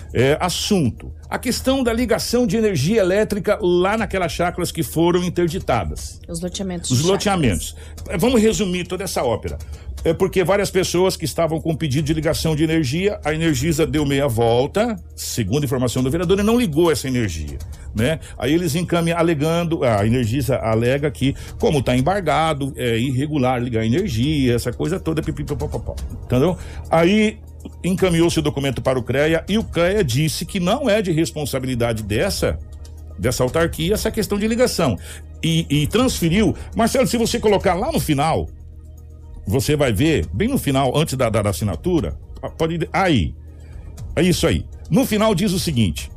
Speaker 2: Assunto: a questão da ligação de energia elétrica lá naquelas chácaras que foram interditadas.
Speaker 6: Os loteamentos.
Speaker 2: Os loteamentos. Vamos resumir toda essa ópera. Porque várias pessoas que estavam com pedido de ligação de energia, a Energisa deu meia volta, segundo a informação do vereador, e não ligou essa energia, né? Aí eles encaminham alegando, a Energisa alega que, como está embargado, é irregular ligar a energia, essa coisa toda, pipipipopopó, entendeu? Aí encaminhou-se o documento para o CREA, e o CREA disse que não é de responsabilidade dessa dessa autarquia essa questão de ligação. E transferiu. Marcelo, se você colocar lá no final, você vai ver, bem no final, antes da assinatura, pode ir, aí, é isso aí. No final diz o seguinte,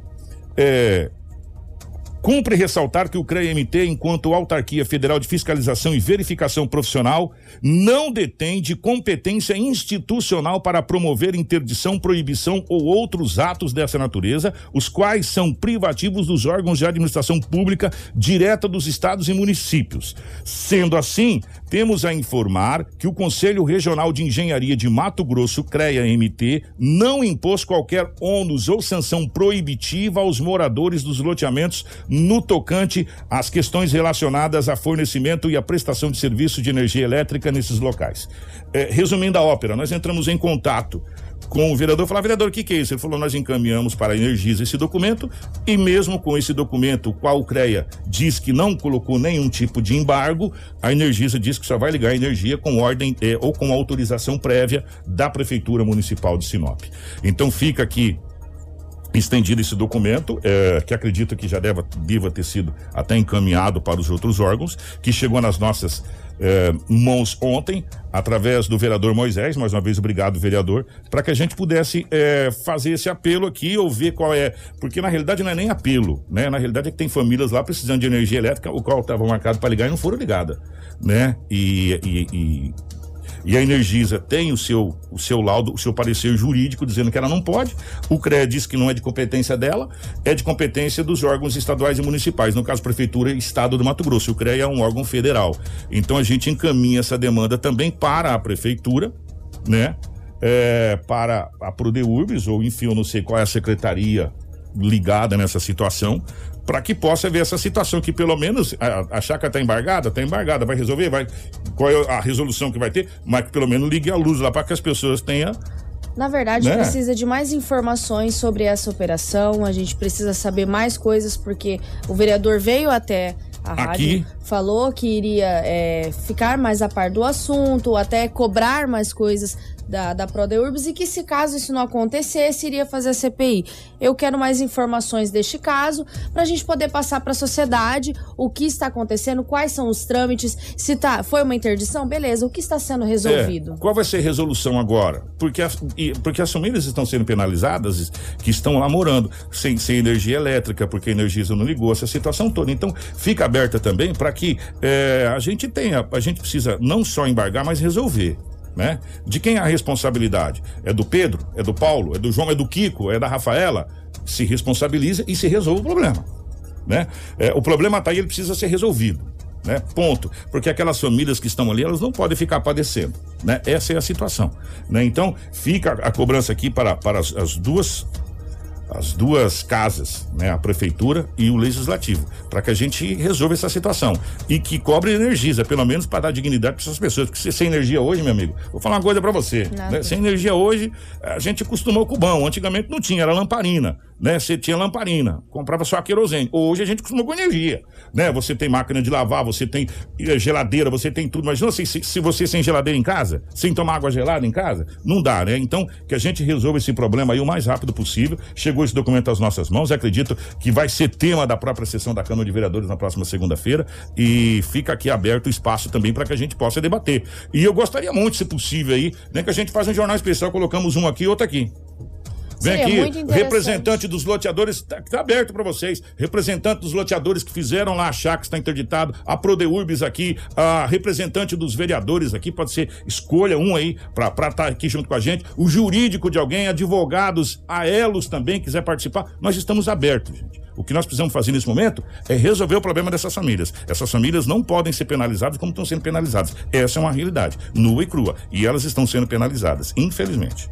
Speaker 2: cumpre ressaltar que o CREA-MT, enquanto autarquia federal de fiscalização e verificação profissional, não detém de competência institucional para promover interdição, proibição ou outros atos dessa natureza, os quais são privativos dos órgãos de administração pública direta dos estados e municípios. Sendo assim, temos a informar que o Conselho Regional de Engenharia de Mato Grosso, CREA-MT, não impôs qualquer ônus ou sanção proibitiva aos moradores dos loteamentos no tocante às questões relacionadas a fornecimento e a prestação de serviço de energia elétrica nesses locais. Resumindo a ópera, nós entramos em contato com o vereador, falou, vereador, o que é isso? Ele falou, nós encaminhamos para a Energisa esse documento e mesmo com esse documento, qual o CREA diz que não colocou nenhum tipo de embargo, a Energisa diz que só vai ligar a energia com ordem ou com autorização prévia da Prefeitura Municipal de Sinop. Então fica aqui estendido esse documento, que acredito que já deva ter sido até encaminhado para os outros órgãos, que chegou nas nossas mãos ontem, através do vereador Moisés, mais uma vez obrigado, vereador, para que a gente pudesse fazer esse apelo aqui, ou ver qual porque na realidade não é nem apelo, né? Na realidade é que tem famílias lá precisando de energia elétrica, o qual estava marcado para ligar e não foram ligadas, né? E a Energisa tem o seu laudo, o seu parecer jurídico dizendo que ela não pode. O CREA diz que não é de competência dela, é de competência dos órgãos estaduais e municipais, no caso Prefeitura e Estado do Mato Grosso. O CREA é um órgão federal. Então a gente encaminha essa demanda também para a Prefeitura, né? Para a Prodeurbs, ou enfim, eu não sei qual é a secretaria ligada nessa situação, para que possa ver essa situação, que pelo menos a chácara está embargada, vai resolver, qual é a resolução que vai ter, mas que pelo menos ligue a luz lá para que as pessoas tenham.
Speaker 6: Na verdade, precisa de mais informações sobre essa operação, a gente precisa saber mais coisas, porque o vereador veio até a rádio, falou que iria ficar mais a par do assunto, até cobrar mais coisas da Prodeurbs, e que se caso isso não acontecesse, iria fazer a CPI. Eu quero mais informações deste caso, para a gente poder passar para a sociedade o que está acontecendo, quais são os trâmites, se foi uma interdição, beleza, o que está sendo resolvido.
Speaker 2: Qual vai ser a resolução agora? Porque as famílias estão sendo penalizadas, que estão lá morando sem energia elétrica, porque a Energisa não ligou, essa situação toda. Então, fica aberta também para que a gente precisa não só embargar, mas resolver. Né? De quem é a responsabilidade? É do Pedro? É do Paulo? É do João? É do Kiko? É da Rafaela? Se responsabiliza e se resolve o problema, né? O problema está aí, ele precisa ser resolvido, né? Ponto. Porque aquelas famílias que estão ali, elas não podem ficar padecendo, né? Essa é a situação, né? Então fica a cobrança aqui para as duas casas, né? A Prefeitura e o Legislativo, para que a gente resolva essa situação e que cobre Energisa, pelo menos para dar dignidade para essas pessoas, porque sem energia hoje, meu amigo, vou falar uma coisa para você, né? Sem energia hoje, a gente acostumou com o bom, antigamente não tinha, era lamparina, né? Você tinha lamparina, comprava só a querosene. Hoje a gente acostumou com energia, né? Você tem máquina de lavar, você tem geladeira, você tem tudo. Imagina se você sem geladeira em casa, sem tomar água gelada em casa, não dá, né? Então, que a gente resolva esse problema aí o mais rápido possível. Chegou esse documento às nossas mãos, acredito que vai ser tema da própria sessão da Câmara de Vereadores na próxima segunda-feira, e fica aqui aberto o espaço também para que a gente possa debater. E eu gostaria muito, se possível aí, né, que a gente faça um jornal especial, colocamos um aqui e outro aqui. Vem aqui, representante dos loteadores, tá aberto para vocês, representante dos loteadores que fizeram lá a chácara, está interditado, a Prodeurbs aqui, a representante dos vereadores aqui, pode ser, escolha um aí para estar aqui junto com a gente, o jurídico de alguém, advogados, a Elos também, quiser participar, nós estamos abertos, gente. O que nós precisamos fazer nesse momento é resolver o problema dessas famílias. Essas famílias não podem ser penalizadas como estão sendo penalizadas. Essa é uma realidade, nua e crua, e elas estão sendo penalizadas, infelizmente.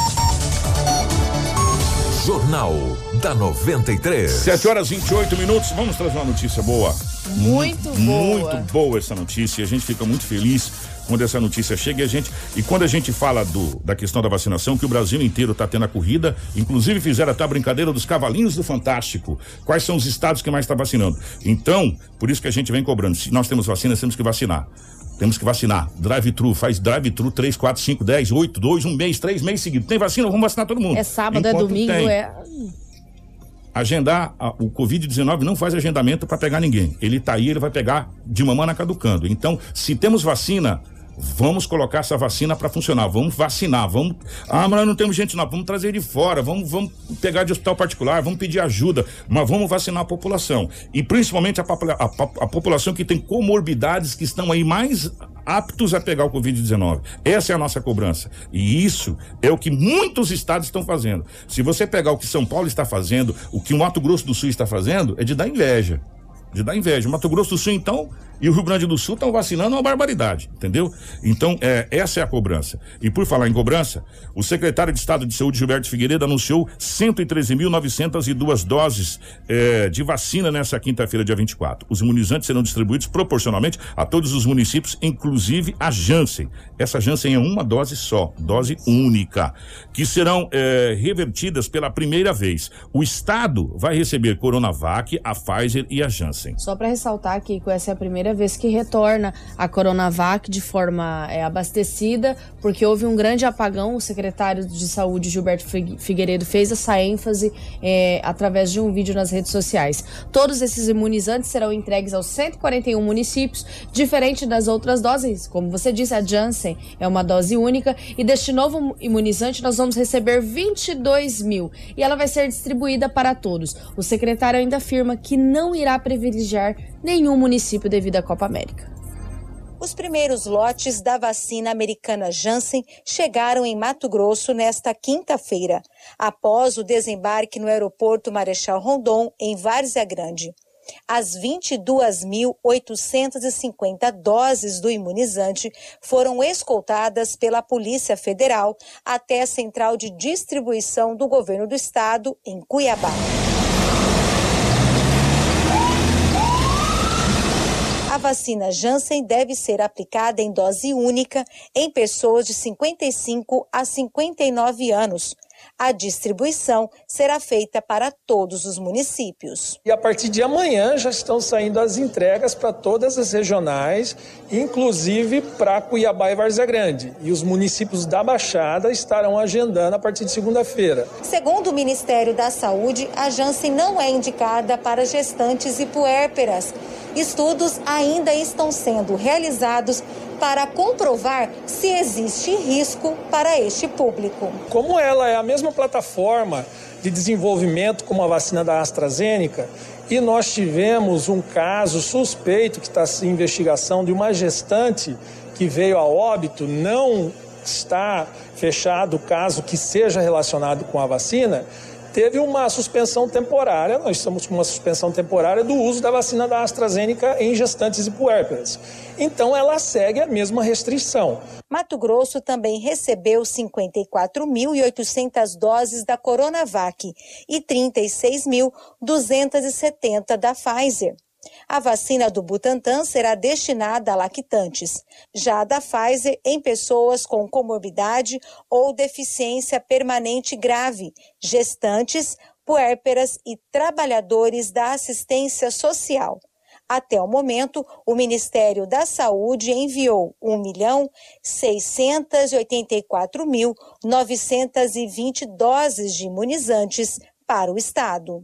Speaker 3: Jornal da 93.
Speaker 2: 7h28. Vamos trazer uma notícia boa.
Speaker 6: Muito
Speaker 2: boa essa notícia. A gente fica muito feliz quando essa notícia chega e quando a gente fala da questão da vacinação, que o Brasil inteiro está tendo a corrida, inclusive fizeram até a brincadeira dos cavalinhos do Fantástico. Quais são os estados que mais estão vacinando? Então, por isso que a gente vem cobrando. Se nós temos vacina, temos que vacinar. Temos que vacinar. Drive-thru, faz drive-thru 3, 4, 5, 10, 8, 2, 1 mês, 3 meses seguidos. Tem vacina, vamos vacinar todo mundo.
Speaker 6: É sábado, é domingo,
Speaker 2: agendar o Covid-19 não faz agendamento para pegar ninguém. Ele tá aí, ele vai pegar de mamana caducando. Então, se temos vacina, vamos colocar essa vacina para funcionar, vamos vacinar, mas nós não temos gente não, vamos trazer de fora, vamos pegar de hospital particular, vamos pedir ajuda, mas vamos vacinar a população. E principalmente a população que tem comorbidades, que estão aí mais aptos a pegar o Covid-19. Essa é a nossa cobrança. E isso é o que muitos estados estão fazendo. Se você pegar o que São Paulo está fazendo, o que o Mato Grosso do Sul está fazendo, é de dar inveja. O Mato Grosso do Sul, então, e o Rio Grande do Sul estão vacinando uma barbaridade, entendeu? Então, essa é a cobrança. E por falar em cobrança, o secretário de Estado de Saúde, Gilberto Figueiredo, anunciou 113.902 doses de vacina nessa quinta-feira, dia 24. Os imunizantes serão distribuídos proporcionalmente a todos os municípios, inclusive a Janssen. Essa Janssen é uma dose só, dose única, que serão revertidas pela primeira vez. O Estado vai receber Coronavac, a Pfizer e a Janssen.
Speaker 6: Só para ressaltar, Kiko, essa é a primeira vez que retorna a Coronavac de forma abastecida, porque houve um grande apagão. O secretário de Saúde, Gilberto Figueiredo, fez essa ênfase através de um vídeo nas redes sociais. Todos esses imunizantes serão entregues aos 141 municípios, diferente das outras doses. Como você disse, a Janssen é uma dose única, e deste novo imunizante nós vamos receber 22 mil, e ela vai ser distribuída para todos. O secretário ainda afirma que não irá privilegiar nenhum município devido à Copa América.
Speaker 9: Os primeiros lotes da vacina americana Janssen chegaram em Mato Grosso nesta quinta-feira, após o desembarque no aeroporto Marechal Rondon, em Várzea Grande. As 22.850 doses do imunizante foram escoltadas pela Polícia Federal até a central de distribuição do governo do estado, em Cuiabá. A vacina Janssen deve ser aplicada em dose única em pessoas de 55 a 59 anos. A distribuição será feita para todos os municípios.
Speaker 10: E a partir de amanhã já estão saindo as entregas para todas as regionais, inclusive para Cuiabá e Várzea Grande. E os municípios da Baixada estarão agendando a partir de segunda-feira.
Speaker 9: Segundo o Ministério da Saúde, a Janssen não é indicada para gestantes e puérperas. Estudos ainda estão sendo realizados para comprovar se existe risco para este público.
Speaker 10: Como ela é a mesma plataforma de desenvolvimento como a vacina da AstraZeneca, e nós tivemos um caso suspeito que está em investigação de uma gestante que veio a óbito, não está fechado o caso que seja relacionado com a vacina, teve uma suspensão temporária. Nós estamos com uma suspensão temporária do uso da vacina da AstraZeneca em gestantes e puérperas. Então, ela segue a mesma restrição.
Speaker 9: Mato Grosso também recebeu 54.800 doses da Coronavac e 36.270 da Pfizer. A vacina do Butantan será destinada a lactantes, já a da Pfizer em pessoas com comorbidade ou deficiência permanente grave, gestantes, puérperas e trabalhadores da assistência social. Até o momento, o Ministério da Saúde enviou 1.684.920 doses de imunizantes para o estado.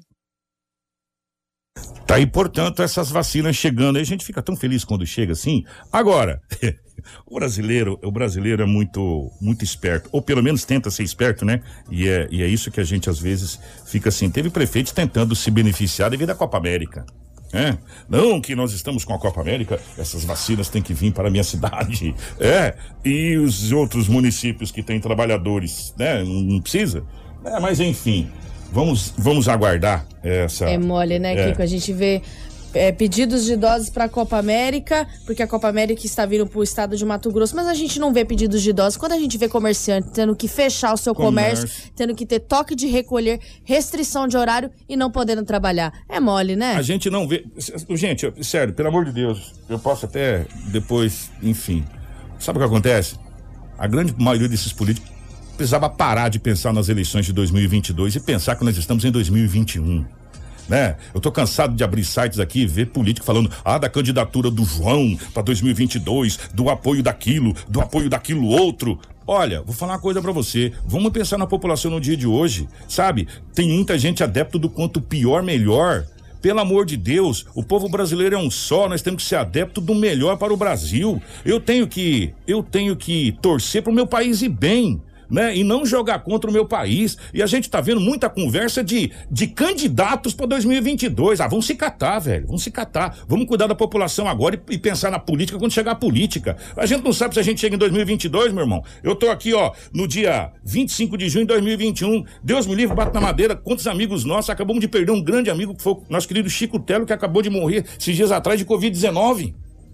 Speaker 2: Tá aí, portanto, essas vacinas chegando. Aí a gente fica tão feliz quando chega assim. Agora, o brasileiro é muito esperto, ou pelo menos tenta ser esperto, né? E é isso que a gente às vezes fica assim. Teve prefeitos tentando se beneficiar devido à Copa América. Não, que nós estamos com a Copa América, essas vacinas têm que vir para a minha cidade. E os outros municípios que têm trabalhadores, né? Não precisa. Mas enfim. Vamos aguardar essa...
Speaker 6: É mole, né, Kiko? A gente vê pedidos de doses para a Copa América, porque a Copa América está vindo para o estado de Mato Grosso, mas a gente não vê pedidos de doses. Quando a gente vê comerciante tendo que fechar o seu comércio, tendo que ter toque de recolher, restrição de horário e não podendo trabalhar. É mole, né?
Speaker 2: A gente não vê... Gente, sério, pelo amor de Deus, eu posso até depois, enfim... Sabe o que acontece? A grande maioria desses políticos precisava parar de pensar nas eleições de 2022 e pensar que nós estamos em 2021, né? Eu tô cansado de abrir sites aqui e ver político falando da candidatura do João para 2022, do apoio daquilo outro. Olha, vou falar uma coisa pra você, vamos pensar na população no dia de hoje, sabe? Tem muita gente adepto do quanto pior, melhor. Pelo amor de Deus, o povo brasileiro é um só, nós temos que ser adepto do melhor para o Brasil. Eu tenho que torcer pro meu país ir bem, né? E não jogar contra o meu país. E a gente tá vendo muita conversa de candidatos para 2022. Vamos se catar, velho. Vamos se catar. Vamos cuidar da população agora e pensar na política quando chegar a política. A gente não sabe se a gente chega em 2022, meu irmão. Eu tô aqui, ó, no dia 25 de junho de 2021. Deus me livre, bate na madeira. Quantos amigos nossos, acabamos de perder um grande amigo, que foi o nosso querido Chico Telo, que acabou de morrer esses dias atrás de Covid-19.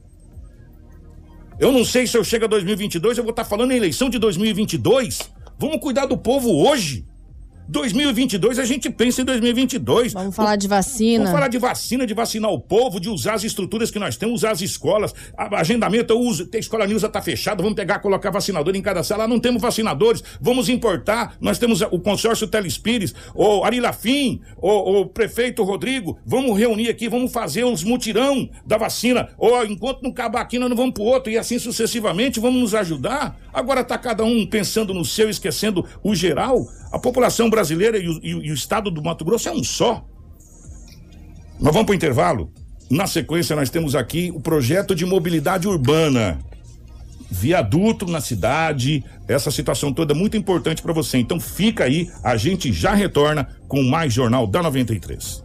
Speaker 2: Eu não sei se eu chego a 2022, eu vou estar falando em eleição de 2022. Vamos cuidar do povo hoje. 2022, a gente pensa em 2022.
Speaker 6: Vamos falar de vacina.
Speaker 2: Vamos falar de vacina, de vacinar o povo, de usar as estruturas que nós temos, usar as escolas. Agendamento, eu uso. A escola Nilza tá fechada, vamos pegar, colocar vacinador em cada sala. Não temos vacinadores, vamos importar. Nós temos o consórcio Telespires, o Ari Lafim, o prefeito Rodrigo. Vamos reunir aqui, vamos fazer os mutirão da vacina. Ou enquanto não acabar aqui, nós não vamos pro outro. E assim sucessivamente, vamos nos ajudar. Agora tá cada um pensando no seu, esquecendo o geral. A população brasileira e o estado do Mato Grosso é um só. Nós vamos para o intervalo. Na sequência, nós temos aqui o projeto de mobilidade urbana. Viaduto na cidade, essa situação toda é muito importante para você. Então fica aí, a gente já retorna com mais Jornal da 93.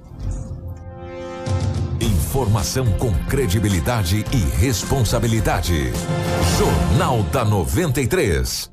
Speaker 3: Informação com credibilidade e responsabilidade. Jornal da 93.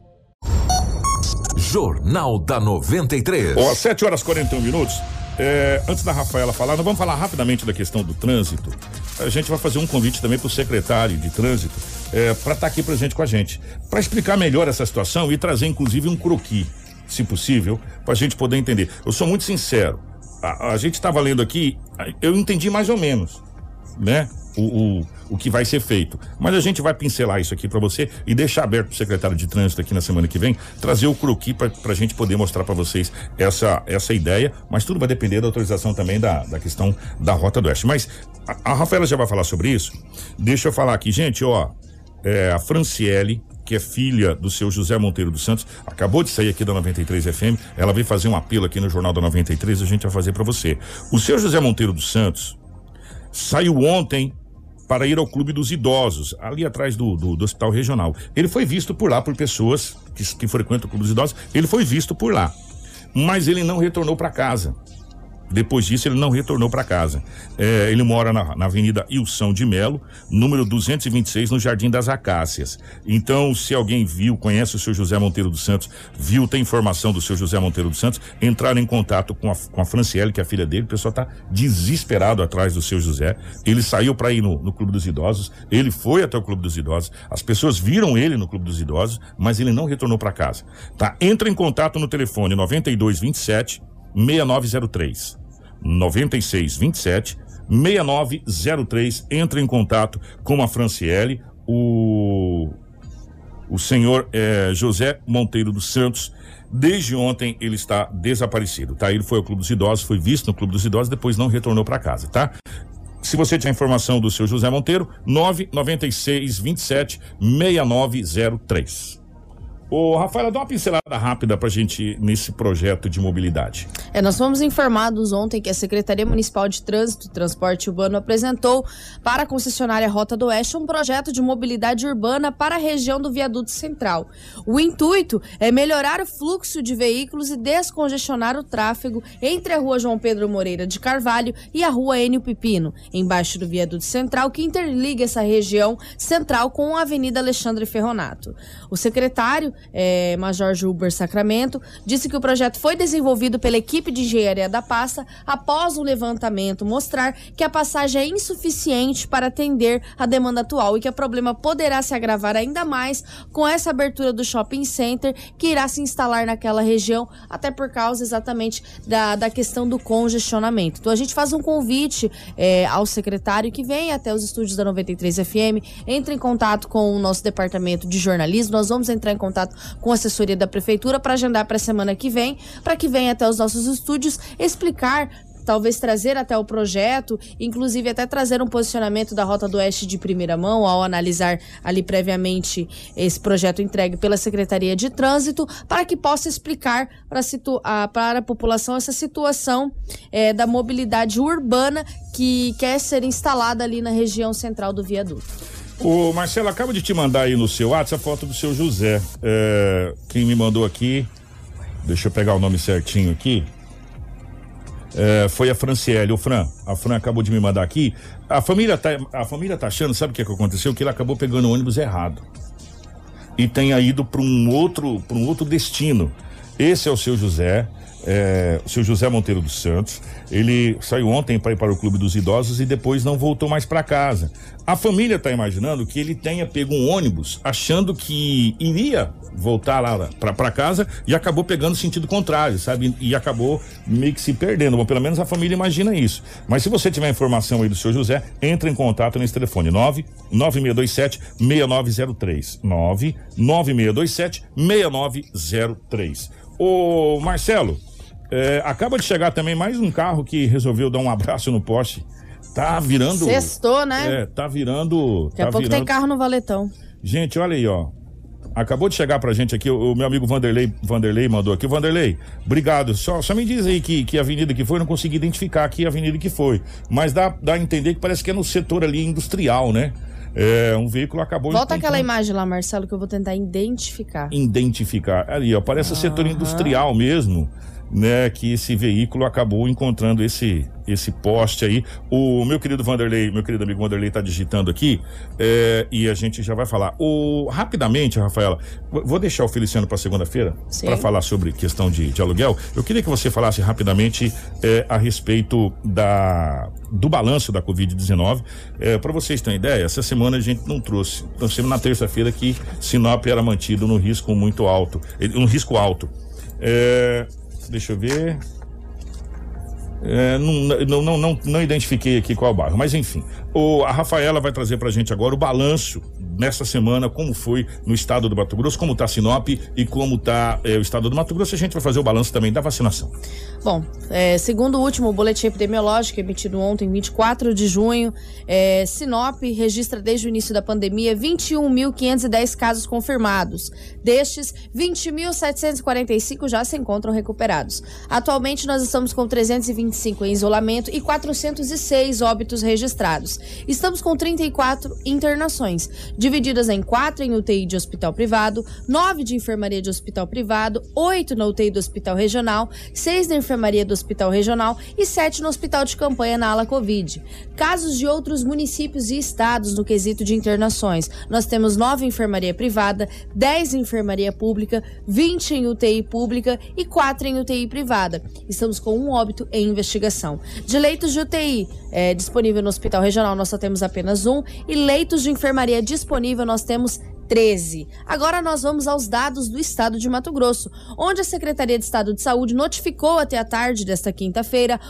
Speaker 3: Jornal da 93.
Speaker 2: 7h41. Antes da Rafaela falar, nós vamos falar rapidamente da questão do trânsito. A gente vai fazer um convite também pro secretário de trânsito para estar aqui presente com a gente, para explicar melhor essa situação e trazer inclusive um croquis, se possível, para a gente poder entender. Eu sou muito sincero, a gente estava lendo aqui, eu entendi mais ou menos, né? O que vai ser feito. Mas a gente vai pincelar isso aqui para você e deixar aberto pro secretário de trânsito aqui na semana que vem, trazer o croquis pra gente poder mostrar para vocês essa ideia, mas tudo vai depender da autorização também da questão da Rota do Oeste. Mas a Rafaela já vai falar sobre isso. Deixa eu falar aqui, gente, ó, a Franciele, que é filha do seu José Monteiro dos Santos, acabou de sair aqui da 93 FM, ela veio fazer um apelo aqui no Jornal da 93, a gente vai fazer para você. O seu José Monteiro dos Santos saiu ontem para ir ao Clube dos Idosos, ali atrás do Hospital Regional. Ele foi visto por lá, por pessoas que frequentam o Clube dos Idosos, ele foi visto por lá, mas ele não retornou para casa. Depois disso, ele não retornou para casa. Ele mora na Avenida Ilson de Melo, número 226, no Jardim das Acácias. Então, se alguém viu, conhece o seu José Monteiro dos Santos, tem informação do seu José Monteiro dos Santos, entrar em contato com a Franciele, que é a filha dele. O pessoal tá desesperado atrás do seu José. Ele saiu para ir no Clube dos Idosos, ele foi até o Clube dos Idosos, as pessoas viram ele no Clube dos Idosos, mas ele não retornou para casa. Tá? Entra em contato no telefone 9227 6903. 9627 6903. Entra em contato com a Franciele. O senhor José Monteiro dos Santos, desde ontem ele está desaparecido, tá? Ele foi ao Clube dos Idosos, foi visto no Clube dos Idosos, depois não retornou para casa, tá? Se você tiver informação do seu José Monteiro, 99627 6903. Ô, Rafaela, dá uma pincelada rápida pra gente nesse projeto de mobilidade.
Speaker 6: Nós fomos informados ontem que a Secretaria Municipal de Trânsito e Transporte Urbano apresentou para a concessionária Rota do Oeste um projeto de mobilidade urbana para a região do Viaduto Central. O intuito é melhorar o fluxo de veículos e descongestionar o tráfego entre a Rua João Pedro Moreira de Carvalho e a Rua Enio Pipino, embaixo do Viaduto Central, que interliga essa região central com a Avenida Alexandre Ferronato. O secretário Major Gilber Sacramento disse que o projeto foi desenvolvido pela equipe de engenharia da pasta após o levantamento mostrar que a passagem é insuficiente para atender a demanda atual e que o problema poderá se agravar ainda mais com essa abertura do shopping center que irá se instalar naquela região, até por causa exatamente da questão do congestionamento. Então a gente faz um convite ao secretário que venha até os estúdios da 93 FM, entre em contato com o nosso departamento de jornalismo, nós vamos entrar em contato com a assessoria da prefeitura para agendar para a semana que vem, para que venha até os nossos estúdios explicar talvez trazer até o projeto, inclusive até trazer um posicionamento da Rota do Oeste de primeira mão, ao analisar ali previamente esse projeto entregue pela Secretaria de Trânsito, para que possa explicar para a população essa situação da mobilidade urbana que quer ser instalada ali na região central do viaduto.
Speaker 2: O Marcelo acaba de te mandar aí no seu WhatsApp a foto do seu José. Quem me mandou aqui, deixa eu pegar o nome certinho aqui, foi a Franciele. A Fran acabou de me mandar aqui. A família tá achando, sabe o que aconteceu? Que ele acabou pegando o ônibus errado e tenha ido para um outro destino. Esse é o seu José. O seu José Monteiro dos Santos. Ele saiu ontem para ir para o Clube dos Idosos e depois não voltou mais para casa. A família está imaginando que ele tenha pego um ônibus achando que iria voltar lá para casa e acabou pegando sentido contrário, sabe? E acabou meio que se perdendo. Bom, pelo menos a família imagina isso. Mas se você tiver informação aí do seu José, entre em contato nesse telefone 99627-6903. 99627-6903. Ô Marcelo, acaba de chegar também mais um carro que resolveu dar um abraço no poste. Tá virando...
Speaker 6: Sextou, né?
Speaker 2: Tá virando...
Speaker 6: Daqui a pouco tem carro no valetão.
Speaker 2: Gente, olha aí, ó. Acabou de chegar pra gente aqui, o meu amigo Vanderlei mandou aqui. Vanderlei, obrigado. Só me diz aí que avenida que foi, eu não consegui identificar aqui a avenida que foi. Mas dá a entender que parece que é no setor ali industrial, né? Um veículo acabou...
Speaker 6: Volta aquela imagem lá, Marcelo, que eu vou tentar identificar.
Speaker 2: Ali, ó, parece setor industrial mesmo, né? Que esse veículo acabou encontrando esse poste aí. O meu querido amigo Vanderlei tá digitando aqui, e a gente já vai falar. Rapidamente, Rafaela, vou deixar o Feliciano para segunda-feira para falar sobre questão de aluguel. Eu queria que você falasse rapidamente a respeito do balanço da Covid-19. Para vocês terem ideia, essa semana a gente não trouxe. Nós temos na terça-feira que Sinop era mantido no risco muito alto, risco alto. Deixa eu ver. Não identifiquei aqui qual bairro, mas enfim. A Rafaela vai trazer pra gente agora o balanço nessa semana, como foi no estado do Mato Grosso, como tá Sinop e como tá o estado do Mato Grosso. A gente vai fazer o balanço também da vacinação.
Speaker 6: Bom, segundo o último boletim epidemiológico emitido ontem, 24 de junho, Sinop registra desde o início da pandemia 21.510 casos confirmados. Destes, 20.745 já se encontram recuperados. Atualmente nós estamos com 325 em isolamento e 406 óbitos registrados. Estamos com 34 internações, divididas em 4 em UTI de hospital privado, 9 de enfermaria de hospital privado, 8 na UTI do hospital regional, 6 na enfermaria do hospital regional e 7 no hospital de campanha na ala Covid. Casos de outros municípios e estados no quesito de internações. Nós temos 9 em enfermaria privada, 10 em enfermaria pública, 20 em UTI pública e 4 em UTI privada. Estamos com um óbito em investigação. De leitos de UTI disponível no hospital regional, nós só temos apenas 1, e leitos de enfermaria disponível nós temos 13. Agora nós vamos aos dados do estado de Mato Grosso, onde a Secretaria de Estado de Saúde notificou até a tarde desta quinta-feira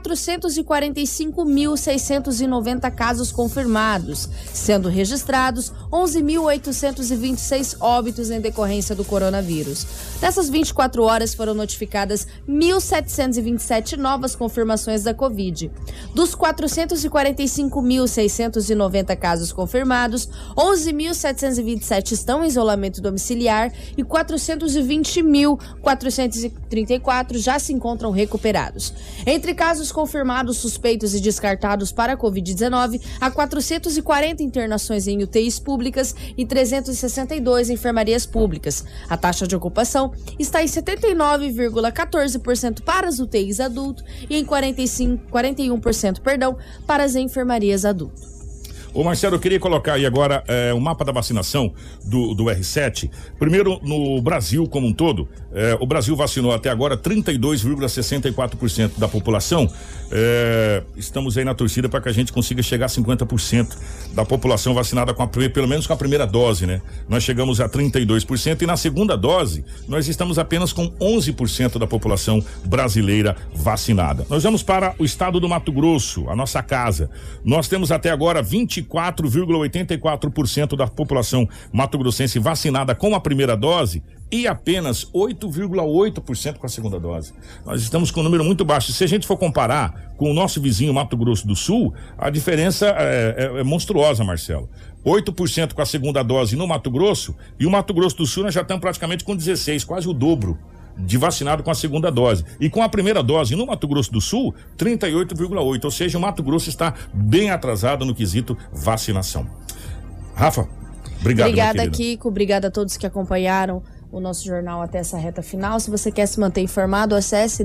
Speaker 6: 445.690 casos confirmados, sendo registrados 11.826 óbitos em decorrência do coronavírus. Nessas 24 horas foram notificadas 1.727 novas confirmações da Covid. Dos 445.690 casos confirmados, 11.727 estão em isolamento domiciliar e 420.434 já se encontram recuperados. Entre casos confirmados, suspeitos e descartados para a Covid-19, há 440 internações em UTIs públicas e 362 enfermarias públicas. A taxa de ocupação está em 79,14% para as UTIs adulto e em 41% para as enfermarias adulto.
Speaker 2: Ô Marcelo, eu queria colocar aí agora o mapa da vacinação do R7. Primeiro, no Brasil como um todo, o Brasil vacinou até agora 32,64% da população. Estamos aí na torcida para que a gente consiga chegar a 50% da população vacinada pelo menos com a primeira dose, né? Nós chegamos a 32% e na segunda dose nós estamos apenas com 11% da população brasileira vacinada. Nós vamos para o estado do Mato Grosso, a nossa casa. Nós temos até agora 24 24,84% da população mato-grossense vacinada com a primeira dose e apenas 8,8% com a segunda dose. Nós estamos com um número muito baixo. Se a gente for comparar com o nosso vizinho Mato Grosso do Sul, a diferença é monstruosa, Marcelo. 8% com a segunda dose no Mato Grosso e o Mato Grosso do Sul nós já estamos praticamente com 16%, quase o dobro de vacinado com a segunda dose. E com a primeira dose no Mato Grosso do Sul, 38,8%. Ou seja, o Mato Grosso está bem atrasado no quesito vacinação. Rafa, obrigado.
Speaker 6: Obrigada, Kiko. Obrigada a todos que acompanharam o nosso jornal até essa reta final. Se você quer se manter informado, acesse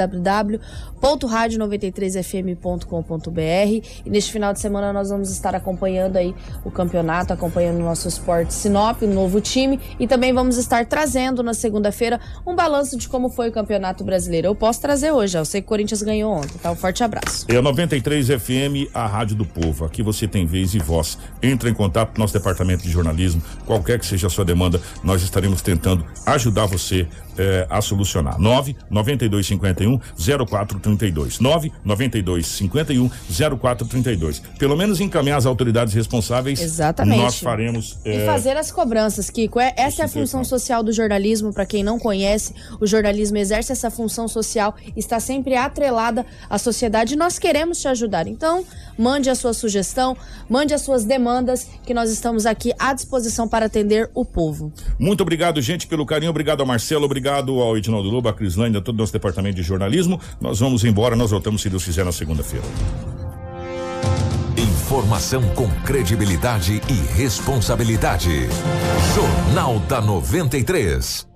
Speaker 6: www.radio93fm.com.br e neste final de semana nós vamos estar acompanhando aí o campeonato, acompanhando o nosso Sport Sinop, o novo time, e também vamos estar trazendo na segunda-feira um balanço de como foi o Campeonato Brasileiro. Eu posso trazer hoje, eu sei que o Corinthians ganhou ontem, tá? Um forte abraço.
Speaker 2: É a 93 FM, a Rádio do Povo. Aqui você tem vez e voz. Entra em contato com o nosso departamento de jornalismo, qualquer que seja a sua demanda, nós estaremos tentando ajudar você a solucionar. 99251-0432. 99251-0432. Pelo menos encaminhar as autoridades responsáveis.
Speaker 6: Exatamente.
Speaker 2: Nós faremos.
Speaker 6: E fazer as cobranças, Kiko. Essa é a função social do jornalismo. Para quem não conhece, o jornalismo exerce essa função social, está sempre atrelada à sociedade e nós queremos te ajudar. Então, mande a sua sugestão, mande as suas demandas, que nós estamos aqui à disposição para atender o povo.
Speaker 2: Muito obrigado, gente, pelo carinho. Obrigado ao Marcelo, obrigado ao Edinaldo Lobo, a Crislane, a todo o nosso departamento de jornalismo. Nós vamos embora, nós voltamos, se Deus quiser, na segunda-feira.
Speaker 3: Informação com credibilidade e responsabilidade. Jornal da 93.